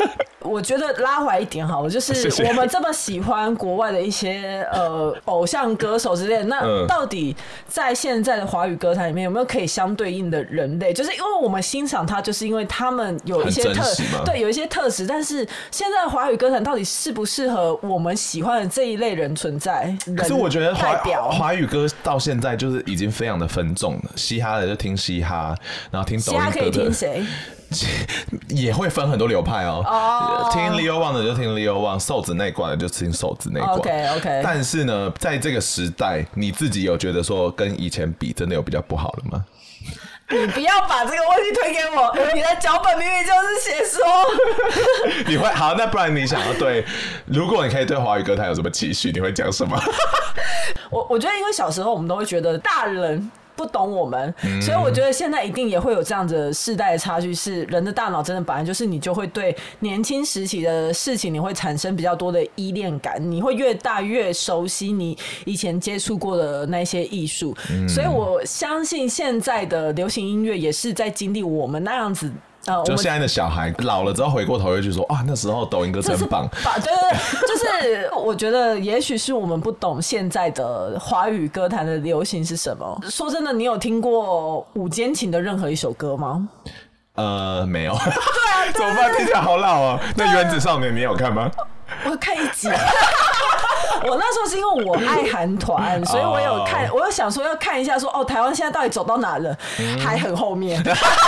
我觉得拉回来一点好了，就是我们这么喜欢国外的一些呃偶像歌手之类的，那到底在现在的华语歌坛里面有没有可以相对应的人类？就是因为我们欣赏他，就是因为他们有一些特对有一些特质，但是现在的华语歌坛到底适不适合我们喜欢的这一类人存在？ 可是我觉得华华语歌到现在就是已经非常的分众了，嘻哈的就听嘻哈，然后听抖音歌的嘻哈可以听谁？ 也会分很多流派哦。Oh. 听 Leo Wang 的就听 Leo Wang， 瘦子那一挂的就听瘦子那一挂。 OK OK。 但是呢，在这个时代，你自己有觉得说跟以前比，真的有比较不好了吗？ 你不要把这个问题推给我，你的脚本明明就是写说你会好，那不然你想要对，如果你可以对华语歌坛有什么期许，你会讲什么？ 我我觉得，因为小时候我们都会觉得大人不懂我们，嗯、所以我觉得现在一定也会有这样子的世代的差距，是人的大脑真的本来就是你就会对年轻时期的事情你会产生比较多的依恋感，你会越大越熟悉你以前接触过的那些艺术、嗯、所以我相信现在的流行音乐也是在经历我们那样子呃、就现在的小孩老了之后回过头会去说啊，那时候抖音歌真棒。 对对对，就是我觉得也许是我们不懂现在的华语歌坛的流行是什么。说真的，你有听过五间琴的任何一首歌吗？ 呃，没有。 对啊， 怎么办？听起来好老哦。那原子少年你有看吗？ 我看一集。我那时候是因为我爱韩团，所以我有看， oh. 我有想说要看一下说，哦，台湾现在到底走到哪了？嗯、还很后面。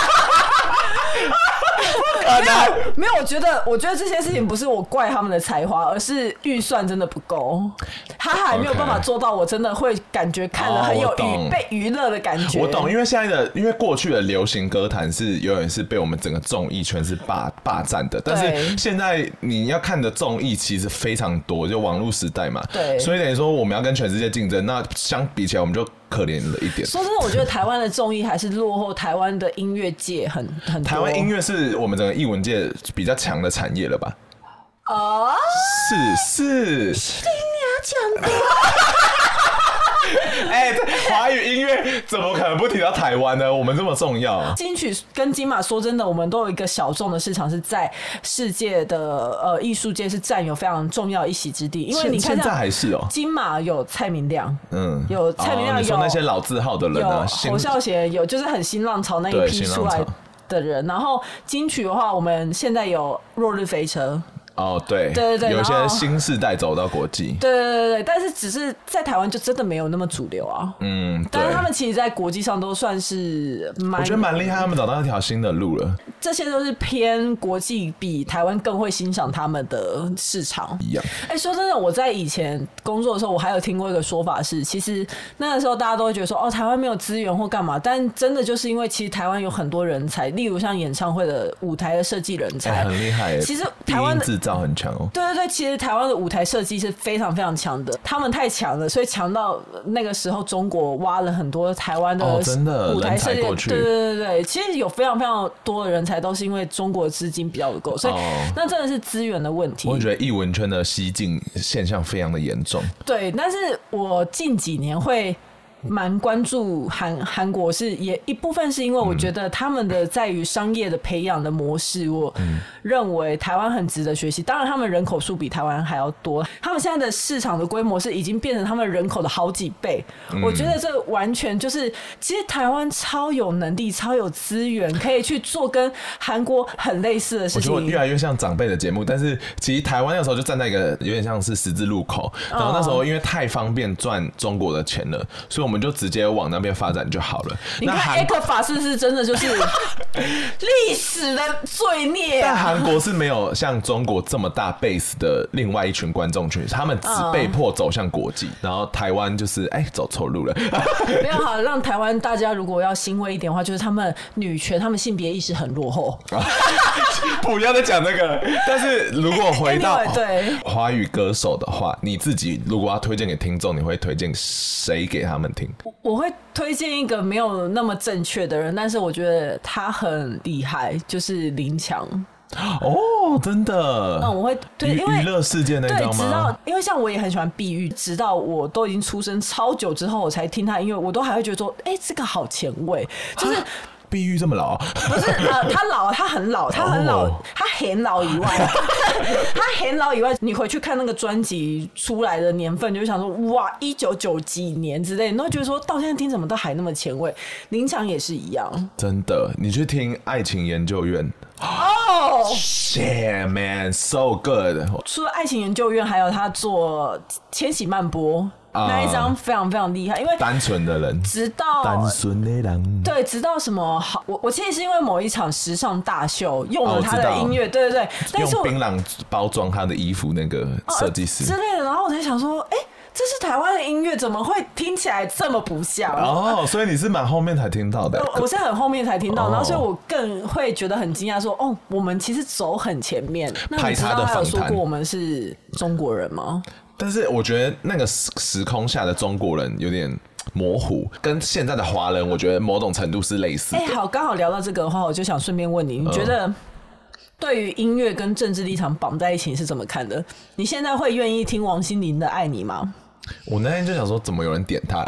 没有没有，我觉得我觉得这些事情不是我怪他们的才华，而是预算真的不够，他还没有办法做到我真的会感觉看了很有娱、oh, 被娱乐的感觉。 我懂，因为现在的因为过去的流行歌坛是永远是被我们整个综艺圈是霸霸占的，但是现在你要看的综艺其实非常多，就网络时代嘛， 对， 所以等于说我们要跟全世界竞争，那相比起来我们就可怜了一点。 说真的，我觉得台湾的综艺还是落后台湾的音乐界很很多。 台湾音乐是我们整个艺文界比较强的产业了吧？ 哦， 是是， 是你俩讲的。 哎、欸，华语音乐怎么可能不提到台湾呢？我们这么重要。 金曲跟金马，说真的，我们都有一个小众的市场，是在世界的呃艺术界是占有非常重要一席之地。因为你看， 现在还是哦， 金马有蔡明亮， 嗯， 有蔡明亮， 哦、你说那些老字号的人啊， 有侯孝贤，有就是很新浪潮那一批出来的人。然后金曲的话，我们现在有落日飞车。 哦，对， 对对对， 有一些新世代走到国际， 对对对对，但是只是在台湾就真的没有那么主流啊。 嗯， 但是他们其实，在国际上都算是蛮， 我觉得蛮厉害，他们找到一条新的路了。 这些都是偏国际，比台湾更会欣赏他们的市场一样。 哎、欸，说真的，我在以前工作的时候，我还有听过一个说法是，其实那个时候大家都会觉得说，哦，台湾没有资源或干嘛，但真的就是因为其实台湾有很多人才，例如像演唱会的舞台的设计人才， 欸、很厉害。 其实台湾的制造很强哦。 对对对，其实台湾的舞台设计是非常非常强的，他们太强了，所以强到那个时候中国挖了很多台湾的舞台设计、哦、对对对对，其实有非常非常多的人才都是因为中国资金比较够，所以、哦、那真的是资源的问题。 我觉得艺文圈的西进现象非常的严重。 对，但是我近几年会蛮关注韩韩国，是也一部分是因为我觉得他们的在于商业的培养的模式，我认为台湾很值得学习。当然，他们人口数比台湾还要多，他们现在的市场的规模是已经变成他们人口的好几倍。嗯、我觉得这完全就是，其实台湾超有能力、超有资源，可以去做跟韩国很类似的事情。 我觉得越来越像长辈的节目，但是其实台湾那时候就站在一个有点像是十字路口，然后那时候因为太方便赚中国的钱了，所以我们我们就直接往那边发展就好了。 你看 A 克法是不是真的就是历史的罪孽、啊？ 但韩国是没有像中国这么大 base 的另外一群观众群，他们只被迫走向国际，然后台湾就是哎、欸、走错路了。 没有好让台湾大家如果要欣慰一点的话，就是他们女权、他们性别意识很落后。 不要再讲那个。但是如果回到对华语歌手的话，你自己如果要推荐给听众，你会推荐谁给他们听？ 我会推荐一个没有那么正确的人，但是我觉得他很厉害，就是林强。 哦，真的。 嗯，我会对，因为娱乐事件那张吗？ 对，直到因为像我也很喜欢碧玉，直到我都已经出生超久之后，我才听他的音乐，我都还会觉得说，哎、欸，这个好前卫，就是。 碧玉这么老？ 不是呃，他老，他很老，他很老， oh. 他很老以外，他很老以外，你回去看那个专辑出来的年份，就会想说哇，一九九几年之类，你都会觉得说到现在听什么都还那么前卫。林强也是一样， 真的，你去听《爱情研究院》。 哦、oh, shit man so good。 除了爱情研究院，还有他做千禧曼波、uh, 那一张非常非常厉害，因为单纯的人， 直到单纯的人， 对，直到什么好，我我其实是因为某一场时尚大秀用了他的音乐、哦，对对对，但是用槟榔包装他的衣服那个设计师、 哦、之类的，然后我才想说，哎、欸。这是台湾的音乐，怎么会听起来这么不像？ 哦，所以你是蛮后面才听到的。 我是很后面才听到，然后所以我更会觉得很惊讶，说哦，我们其实走很前面。那你知道他有说过我们是中国人吗？ 但是我觉得那个时空下的中国人有点模糊，跟现在的华人，我觉得某种程度是类似的。 哎、欸，好，刚好聊到这个的话，我就想顺便问你，你觉得？对于音乐跟政治立场绑在一起，你是怎么看的？你现在会愿意听王心凌的《爱你》吗？ 我那天就想说，怎么有人点他？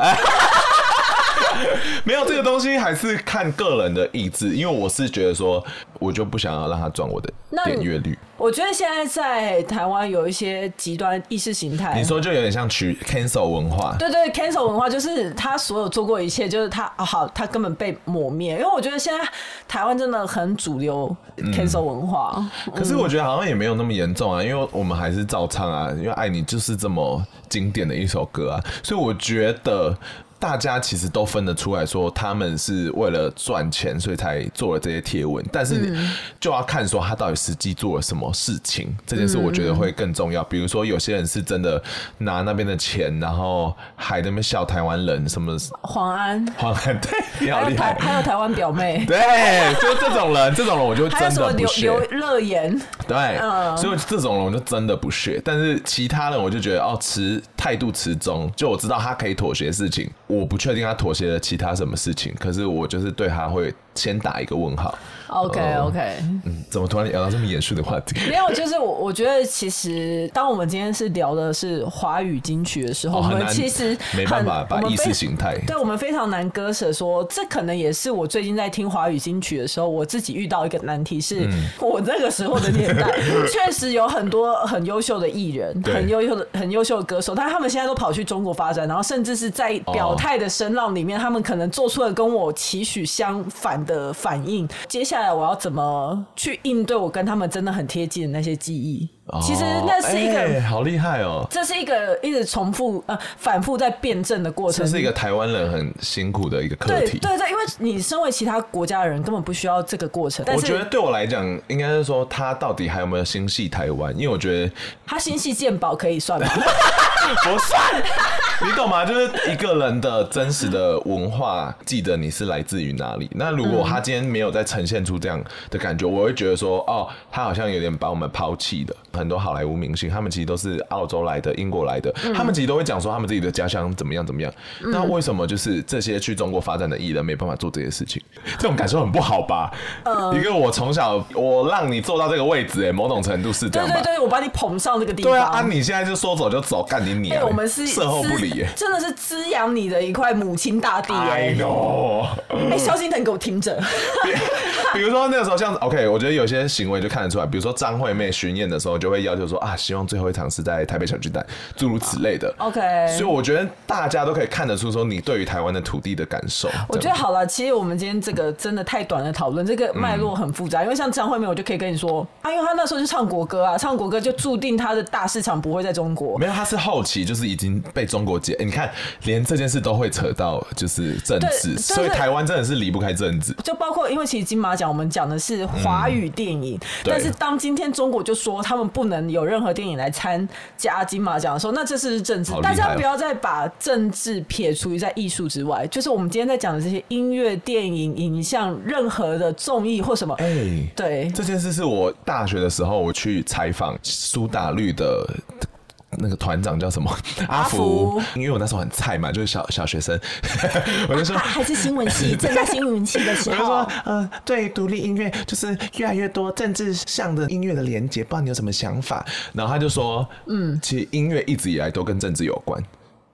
没有，这个东西还是看个人的意志，因为我是觉得说，我就不想要让他赚我的点阅率。 我觉得现在在台湾有一些极端意识形态， 你说就有点像取 cancel 文化。 对对 ，cancel 文化就是他所有做过一切，就是他、哦、好，他根本被抹灭。因为我觉得现在台湾真的很主流 cancel 文化、嗯嗯。可是我觉得好像也没有那么严重啊，因为我们还是照唱啊，因为《爱你》就是这么经典的一首歌啊，所以我觉得。大家其实都分得出来说，他们是为了赚钱，所以才做了这些贴文。但是你就要看说他到底实际做了什么事情，这件事我觉得会更重要。比如说，有些人是真的拿那边的钱，然后还在那边笑台湾人，什么黄安， 黄安，对，你好厉害， 还有台湾表妹， 对，就这种人，这种人我就真的不屑。 还有什么刘乐言， 对、嗯，所以这种人我就真的不屑。但是其他人我就觉得哦，持态度持中，就我知道他可以妥协的事情。我不确定他妥协了其他什么事情，可是我就是对他会先打一个问号。 OK OK， 嗯，怎么突然聊到这么严肃的话题？ 没有，就是我我觉得其实当我们今天是聊的是华语金曲的时候，哦、我们其实没办法把意识形态， 对我们非常难割舍说。这可能也是我最近在听华语金曲的时候，我自己遇到一个难题是，嗯、我那个时候的年代确实有很多很优秀的艺人，很优秀的很优秀的歌手，但他们现在都跑去中国发展，然后甚至是在表态的声浪里面，他们可能做出了跟我期许相反的反应。接下来我要怎么去应对我跟他们真的很贴近的那些记忆？哦、其实那是一个、 欸、好厉害哦， 这是一个一直重复呃反复在辩证的过程， 这是一个台湾人很辛苦的一个课题。 对对对，因为你身为其他国家的人，根本不需要这个过程。 我觉得对我来讲，应该是说他到底还有没有心系台湾？因为我觉得他心系健保可以算吗？ 不算，你懂吗？就是一个人的真实的文化，记得你是来自于哪里。那如果他今天没有再呈现出这样的感觉，我会觉得说，哦，他好像有点把我们抛弃的。很多好莱坞明星，他们其实都是澳洲来的、英国来的，嗯、他们其实都会讲说他们自己的家乡怎么样怎么样。嗯、那为什么就是这些去中国发展的艺人没办法做这些事情？这种感受很不好吧？呃、一个我从小我让你做到这个位置，哎，某种程度是这样吧？ 对对对，我把你捧上这个地方。 对啊，啊你现在就说走就走，干你娘！ 欸、我们是事后不理、欸， 真的是滋养你的一块母亲大地、欸。 I know。 哎，萧敬腾给我听着。 比如说那个时候像 OK， 我觉得有些行为就看得出来，比如说张惠妹巡演的时候就会要求说啊，希望最后一场是在台北小巨蛋，诸如此类的。 OK， 所以我觉得大家都可以看得出说你对于台湾的土地的感受。 我觉得好了，其实我们今天这个真的太短的讨论，这个脉络很复杂、嗯。因为像张惠妹，我就可以跟你说啊，因为她那时候就唱国歌啊，唱国歌就注定她的大市场不会在中国。 没有，她是后期就是已经被中国解、欸，你看连这件事都会扯到就是政治，所以台湾真的是离不开政治。 就包括因为其实金马奖我们讲的是华语电影、嗯，但是当今天中国就说他们不能有任何电影来参加金马奖的时候，那这是政治。 哦、 大家不要再把政治撇除在艺术之外，就是我们今天在讲的这些音乐、电影、影像，任何的综艺或什么。哎、欸，对， 这件事是我大学的时候我去采访苏打绿的。那个团长叫什么？阿福，因为我那时候很菜嘛，就是小小学生，我就说、啊、 还是新闻系，正在新闻系的时候， 我就说，呃，对独立音乐就是越来越多政治上的音乐的连结，不知道你有什么想法？然后他就说，嗯，其实音乐一直以来都跟政治有关。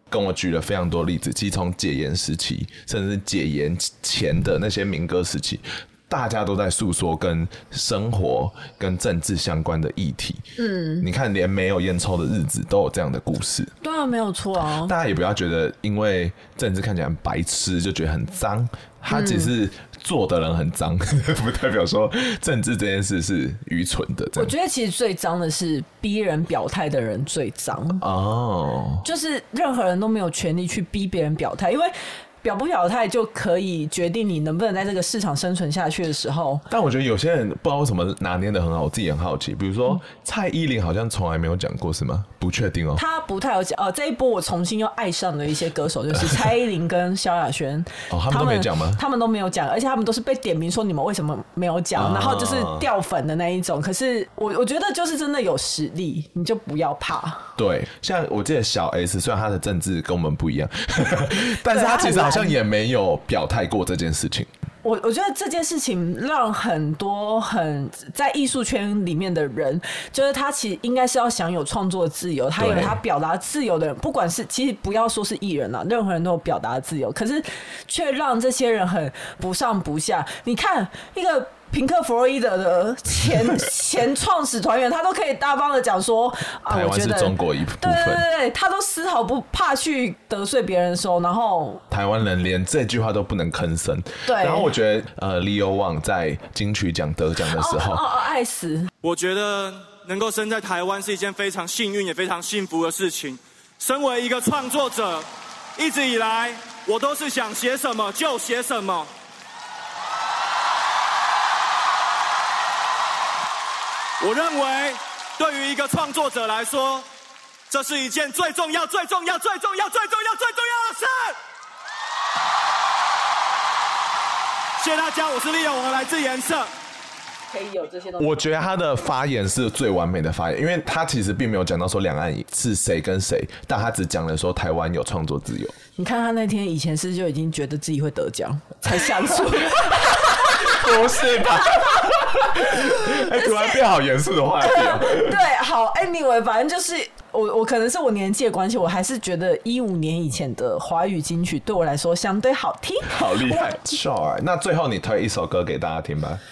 跟我举了非常多例子，其实从解严时期，甚至是解严前的那些民歌时期，大家都在诉说跟生活、跟政治相关的议题。嗯，你看，连没有烟抽的日子都有这样的故事。 对啊，没有错啊。 大家也不要觉得因为政治看起来很白痴就觉得很脏，它只是做的人很脏，不代表说政治这件事是愚蠢的。 我觉得其实最脏的是逼人表态的人最脏哦，就是任何人都没有权利去逼别人表态，因为表不表态就可以决定你能不能在这个市场生存下去的时候。 但我觉得有些人不知道为什么拿捏的很好，我自己也很好奇。比如说、嗯、蔡依林好像从来没有讲过，是吗？不确定哦。 他不太有讲哦。这一波我重新又爱上了一些歌手，就是蔡依林跟萧亚轩。 哦，他们都没讲吗？ 他们都没有讲，而且他们都是被点名说你们为什么没有讲、哦，然后就是掉粉的那一种。可是我我觉得就是真的有实力，你就不要怕。 对，像我记得小 S， 虽然他的政治跟我们不一样，但是他其实好像也没有表态过这件事情。 我我觉得这件事情让很多很在艺术圈里面的人，就是他其实应该是要享有创作自由，他有他表达自由的人，不管是其实不要说是艺人啊，任何人都有表达自由，可是却让这些人很不上不下。你看一个平克·弗洛伊德的前前创始团员，他都可以大方的讲说啊， 台湾是中国一部分， 对对对，他都丝毫不怕去得罪别人的时候，然后台湾人连这句话都不能吭声。 对， 然后我觉得呃 ，Leo Wang 在金曲奖得奖的时候， 哦哦哦，爱死！ 我觉得能够生在台湾是一件非常幸运也非常幸福的事情。身为一个创作者，一直以来我都是想写什么就写什么。我认为，对于一个创作者来说，这是一件最重要、最重要、最重要、最重要、最重要的事。谢谢大家，我是Leo，我来自颜色。 可以有这些东西。 我觉得他的发言是最完美的发言，因为他其实并没有讲到说两岸是谁跟谁，但他只讲了说台湾有创作自由。 你看他那天以前是就已经觉得自己会得奖才想出不是吧？哎、欸，突然变好严肃的话题啊！ 对，好 ，anyway， 反正就是我，我可能是我年纪的关系，我还是觉得一五年以前的华语金曲对我来说相对好听， 好厉害 ，sure。那最后你推一首歌给大家听吧。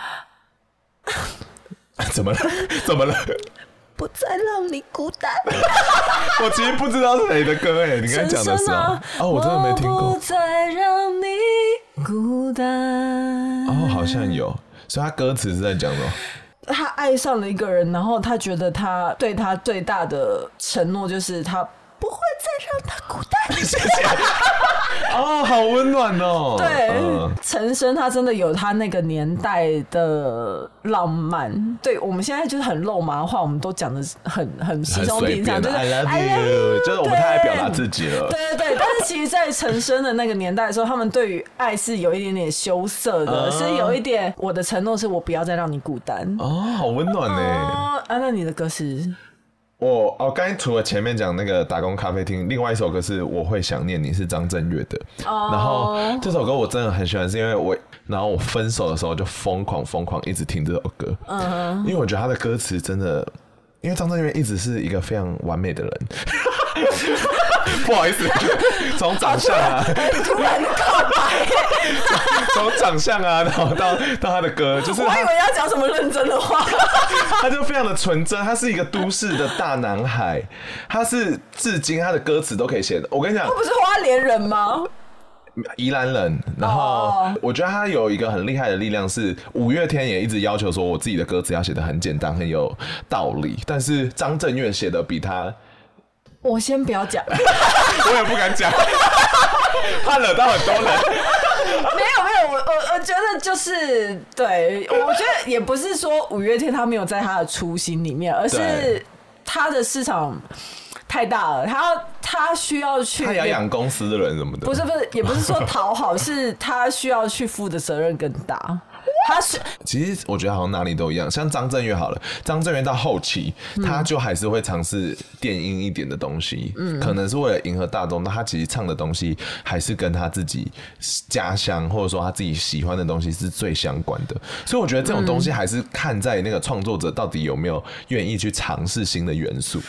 怎么了？怎么了？ 不再让你孤单。 我其实不知道是谁的歌哎，你刚才讲的时候，啊、哦，我真的没听过。 不再让你孤单。 哦，好像有，所以他歌词是在讲什么？ 他爱上了一个人，然后他觉得他对他最大的承诺就是他不会再让他孤单。 谢谢。哦，好温暖哦。 对，陈升他真的有他那个年代的浪漫。对，我们现在就是很肉麻的话，我们都讲的很很稀松平常，就是 I love you， 就是我们太爱表达自己了。 对对对，但是其实，在陈升的那个年代的时候，他们对于爱是有一点点羞涩的，是有一点我的承诺是我不要再让你孤单。 哦，好温暖呢。 哦，啊，那你的歌是？ 我哦，刚才除了前面讲那个打工咖啡厅，另外一首歌是我会想念你，是张震岳的。Oh. 然后这首歌我真的很喜欢，是因为我，然后我分手的时候就疯狂疯狂一直听这首歌， uh-huh. 因为我觉得他的歌词真的，因为张震岳一直是一个非常完美的人。不好意思，从长相啊， 突然的告白， 从长相啊，然后到到他的歌，就是我还以为要讲什么认真的话， 他就非常的纯真，他是一个都市的大男孩，他是至今他的歌词都可以写的。我跟你讲， 他不是花莲人吗？ 宜兰人，然后我觉得他有一个很厉害的力量是，五月天也一直要求说我自己的歌词要写得很简单、很有道理，但是张震岳写的比他。 我先不要讲， 我也不敢讲，怕惹到很多人。 没有没有，我我我觉得就是对，我觉得也不是说五月天他没有在他的初心里面，而是他的市场太大了，他他需要去， 他要养公司的人什么的， 不是不是，也不是说讨好，是他需要去负的责任更大。他是其实我觉得好像哪里都一样，像张震岳好了，张震岳到后期、嗯、他就还是会尝试电音一点的东西、嗯，可能是为了迎合大众，但他其实唱的东西还是跟他自己家乡或者说他自己喜欢的东西是最相关的，所以我觉得这种东西还是看在那个创作者到底有没有愿意去尝试新的元素。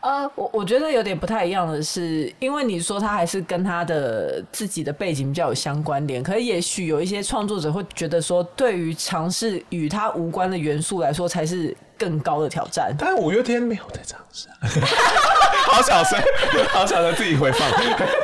呃，我我觉得有点不太一样的是，因为你说他还是跟他的自己的背景比较有相关联，可是也许有一些创作者会觉得说，对于尝试与他无关的元素来说，才是更高的挑战。 但五月天没有在尝试、啊，好小声，好小声，自己回放。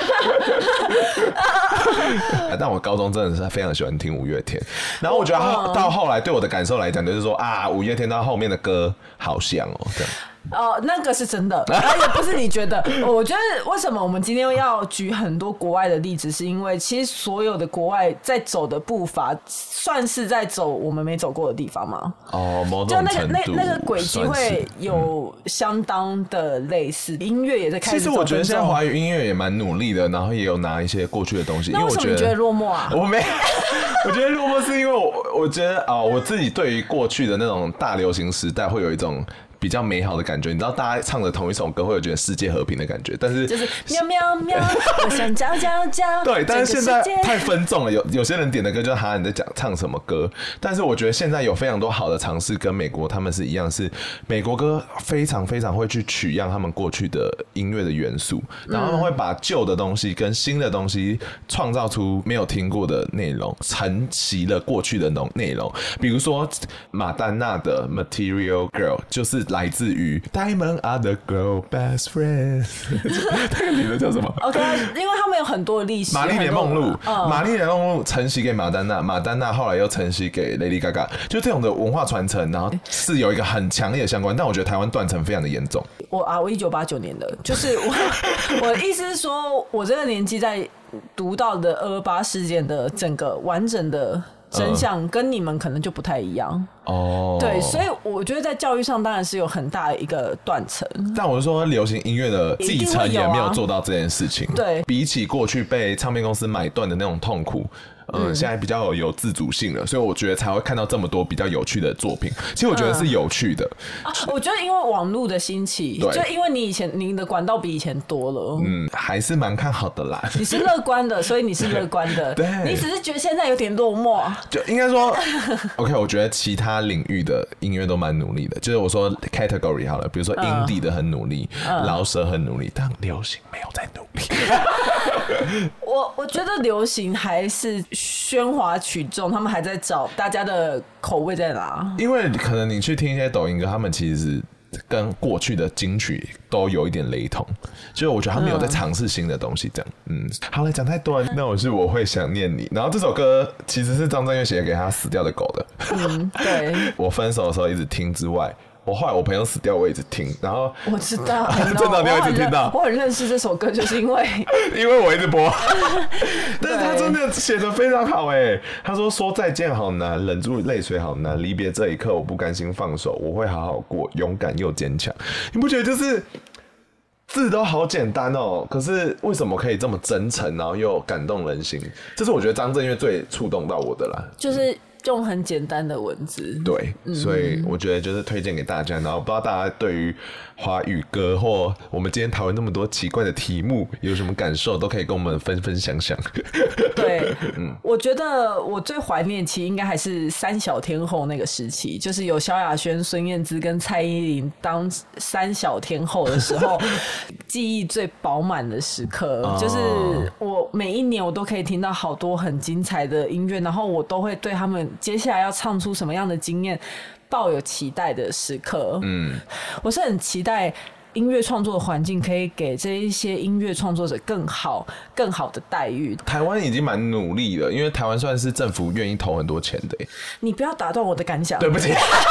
但我高中真的是非常喜欢听五月天，然后我觉得到后来对我的感受来讲，就是说啊，五月天到后面的歌好像哦，这样。 哦，那个是真的，然后也不是你觉得。我觉得为什么我们今天要举很多国外的例子，是因为其实所有的国外在走的步伐，算是在走我们没走过的地方吗？ 哦，某种程度， 就那个那那个轨迹会有相当的类似，音乐也在开始走。 其实我觉得现在华语音乐也蛮努力的，然后也有拿一些过去的东西。 那为什么你觉得落寞啊？ 我没，我觉得落寞是因为我我觉得啊、哦，我自己对于过去的那种大流行时代会有一种比较美好的感觉，你知道，大家唱的同一首歌会有觉得世界和平的感觉，但是就是喵喵喵，我想叫叫叫。 对，但是现在太分众了，有有些人点的歌就是哈你在讲唱什么歌，但是我觉得现在有非常多好的尝试，跟美国他们是一样，是美国歌非常非常会去取样他们过去的音乐的元素，然后他们会把旧的东西跟新的东西创造出没有听过的内容，承袭了过去的内容，比如说马丹娜的 Material Girl 就是来自于 Diamond Are the Girl Best Friends 那个女的叫什么 OK， 因为他们有很多历史， 玛丽莲梦露， 嗯、 玛丽莲梦露承袭给马丹娜，马丹娜后来又承袭给 Lady Gaga， 就这种的文化传承，然后是有一个很强烈的相关，但我觉得台湾断层非常的严重。 我啊，我一九八九年的，就是我我的意思是说，我这个年纪在读到的二二八事件的整个完整的真相，跟你们可能就不太一样。 哦， 对，所以我觉得在教育上当然是有很大的一个断层。 但我是说，流行音乐的继承也没有做到这件事情。 对， 比起过去被唱片公司买断的那种痛苦。嗯，嗯现在比较有自主性了，所以我觉得才会看到这么多比较有趣的作品。其实我觉得是有趣的。 嗯啊、我觉得因为网络的兴起，就因为你以前你的管道比以前多了， 嗯，还是蛮看好的啦。 你是乐观的，所以你是乐观的。 对， 你只是觉得现在有点落寞。 就应该说 ，OK， 我觉得其他领域的音乐都蛮努力的。就是我说 category 好了，比如说 indie 的很努力，嗯、饶舌很努力，但流行没有在努力。 我我觉得流行还是喧哗曲众，他们还在找大家的口味在哪。 因为可能你去听一些抖音歌，他们其实跟过去的金曲都有一点雷同，就是我觉得他们有在尝试新的东西，这样。嗯，好了，讲太多了，那我是我会想念你。然后这首歌其实是张震岳写给他死掉的狗的。 嗯，对。 我分手的时候一直听之外。我后来我朋友死掉，我一直听，然后我知道， 真的你有一直听到， 我很认识这首歌，就是因为因为我一直播，但是他真的写得非常好哎。他说说再见好难，忍住泪水好难，离别这一刻我不甘心放手，我会好好过，勇敢又坚强。你不觉得就是字都好简单哦，可是为什么可以这么真诚，然后又感动人心？这是我觉得张震岳最触动到我的啦， 就是。用很简单的文字， 对，嗯、所以我觉得就是推荐给大家。然后不知道大家对于华语歌或我们今天讨论那么多奇怪的题目有什么感受，都可以跟我们分分享享。 对，嗯，我觉得我最怀念期应该还是三小天后那个时期，就是有萧亚轩、孙燕姿跟蔡依林当三小天后的时候，记忆最饱满的时刻，哦、就是我每一年我都可以听到好多很精彩的音乐，然后我都会对他们。接下来要唱出什么样的经验抱有期待的时刻。嗯，我是很期待音乐创作的环境可以给这一些音乐创作者更好更好的待遇。 台湾已经蛮努力了，因为台湾算是政府愿意投很多钱的。 你不要打断我的感想， 对不起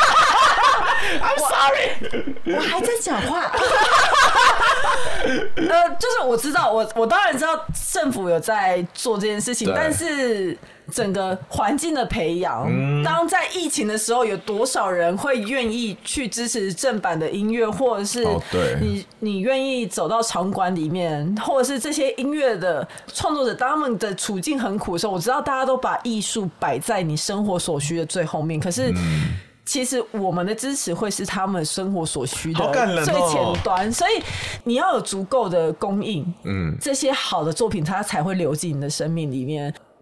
I'm sorry 我, 我还在讲话呃，就是我知道我我当然知道政府有在做这件事情，但是整个环境的培养、嗯、当在疫情的时候有多少人会愿意去支持正版的音乐，或者是你你愿意走到场馆里面，或者是这些音乐的创作者当他们的处境很苦的时候，我知道大家都把艺术摆在你生活所需的最后面，可是、嗯其实我们的支持会是他们生活所需的最前端，所以你要有足够的供应，嗯，这些好的作品它才会流进你的生命里面。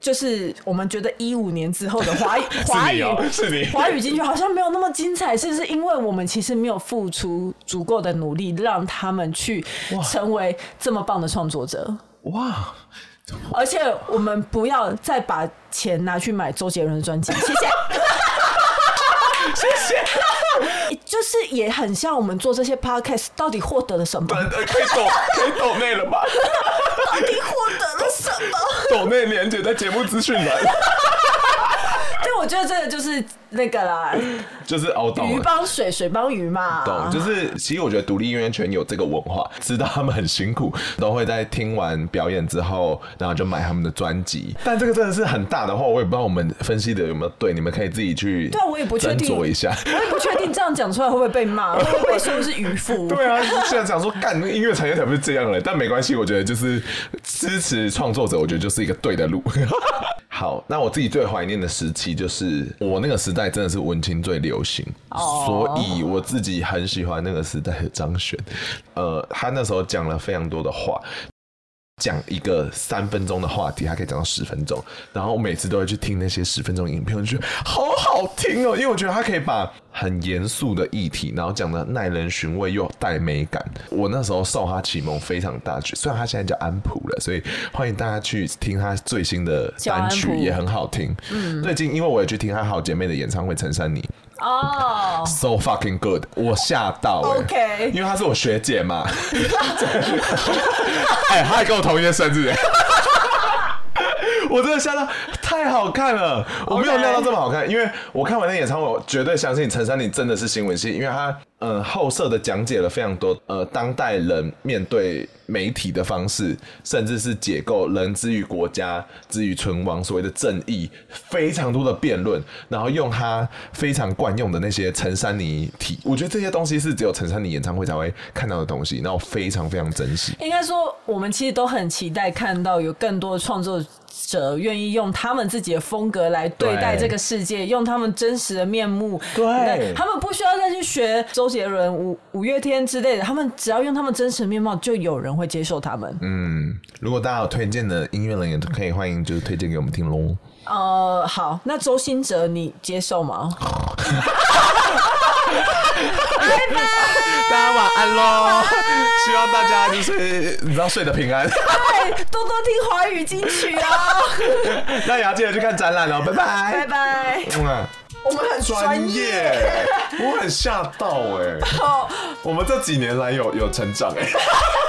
就是我们觉得一五年之后的华语华语是你华语金曲好像没有那么精彩，是不是因为我们其实没有付出足够的努力，让他们去成为这么棒的创作者？ 哇！ 而且我们不要再把钱拿去买周杰伦的专辑，谢谢。 谢谢。 就是也很像我们做这些 podcast 到底获得了什么？ 可以抖可以抖内了吧？ 到底获得了什么？ 抖内连结在节目资讯栏。 对，我觉得这个就是那个啦， 就是哦，懂了， 鱼帮水，水帮鱼嘛。 懂，就是其实我觉得独立音乐圈有这个文化，知道他们很辛苦，都会在听完表演之后，然后就买他们的专辑。但这个真的是很大的话，我也不知道我们分析的有没有对，你们可以自己去对啊，我也不确定斟酌一下。 我也不确定这样讲出来会不会被骂，会不会被说是渔夫？ 对啊，虽然讲说干音乐产业才不是这样了，但没关系，我觉得就是支持创作者，我觉得就是一个对的路。好，那我自己最怀念的时期就是我那个时代真的是文青最流行，哦、所以我自己很喜欢那个时代的张悬。呃，他那时候讲了非常多的话。讲一个三分钟的话题，他可以讲到十分钟，然后我每次都会去听那些十分钟影片，我就觉得好好听哦，因为我觉得他可以把很严肃的议题，然后讲的耐人寻味又带美感。我那时候受他启蒙非常大，虽然他现在叫安普了，所以欢迎大家去听他最新的单曲，也很好听。嗯，最近因为我也去听他好姐妹的演唱会，陈珊妮。哦、oh ，so fucking good， 我吓到哎、欸、 ，OK， 因为她是我学姐嘛，哎、欸，她还跟我同一天生日、欸，我真的吓到，太好看了，我没有料到这么好看，因为我看完那演唱会，我绝对相信陈珊妮真的是新闻系，因为她呃后设的讲解了非常多呃当代人面对媒体的方式，甚至是解构人之于国家之于存亡所谓的正义，非常多的辩论，然后用他非常惯用的那些陈珊妮体，我觉得这些东西是只有陈珊妮演唱会才会看到的东西，那我非常非常珍惜。 应该说，我们其实都很期待看到有更多的创作者愿意用他们自己的风格来对待这个世界，用他们真实的面目。 对， 他们不需要再去学周杰伦、五五月天之类的，他们只要用他们真实的面貌，就有人会接受他们。 嗯，如果大家有推荐的音乐人，也可以欢迎就是推荐给我们听咯。 呃，好，那周兴哲你接受吗？拜拜， 大家晚安咯！希望大家就是你知道睡得平安。 对，多多听华语金曲啊！ 那也要记得去看展览哦，拜拜， 拜拜。 嗯， 我们很专业，我很吓到哎、欸。我们这几年来有有成长哎、欸。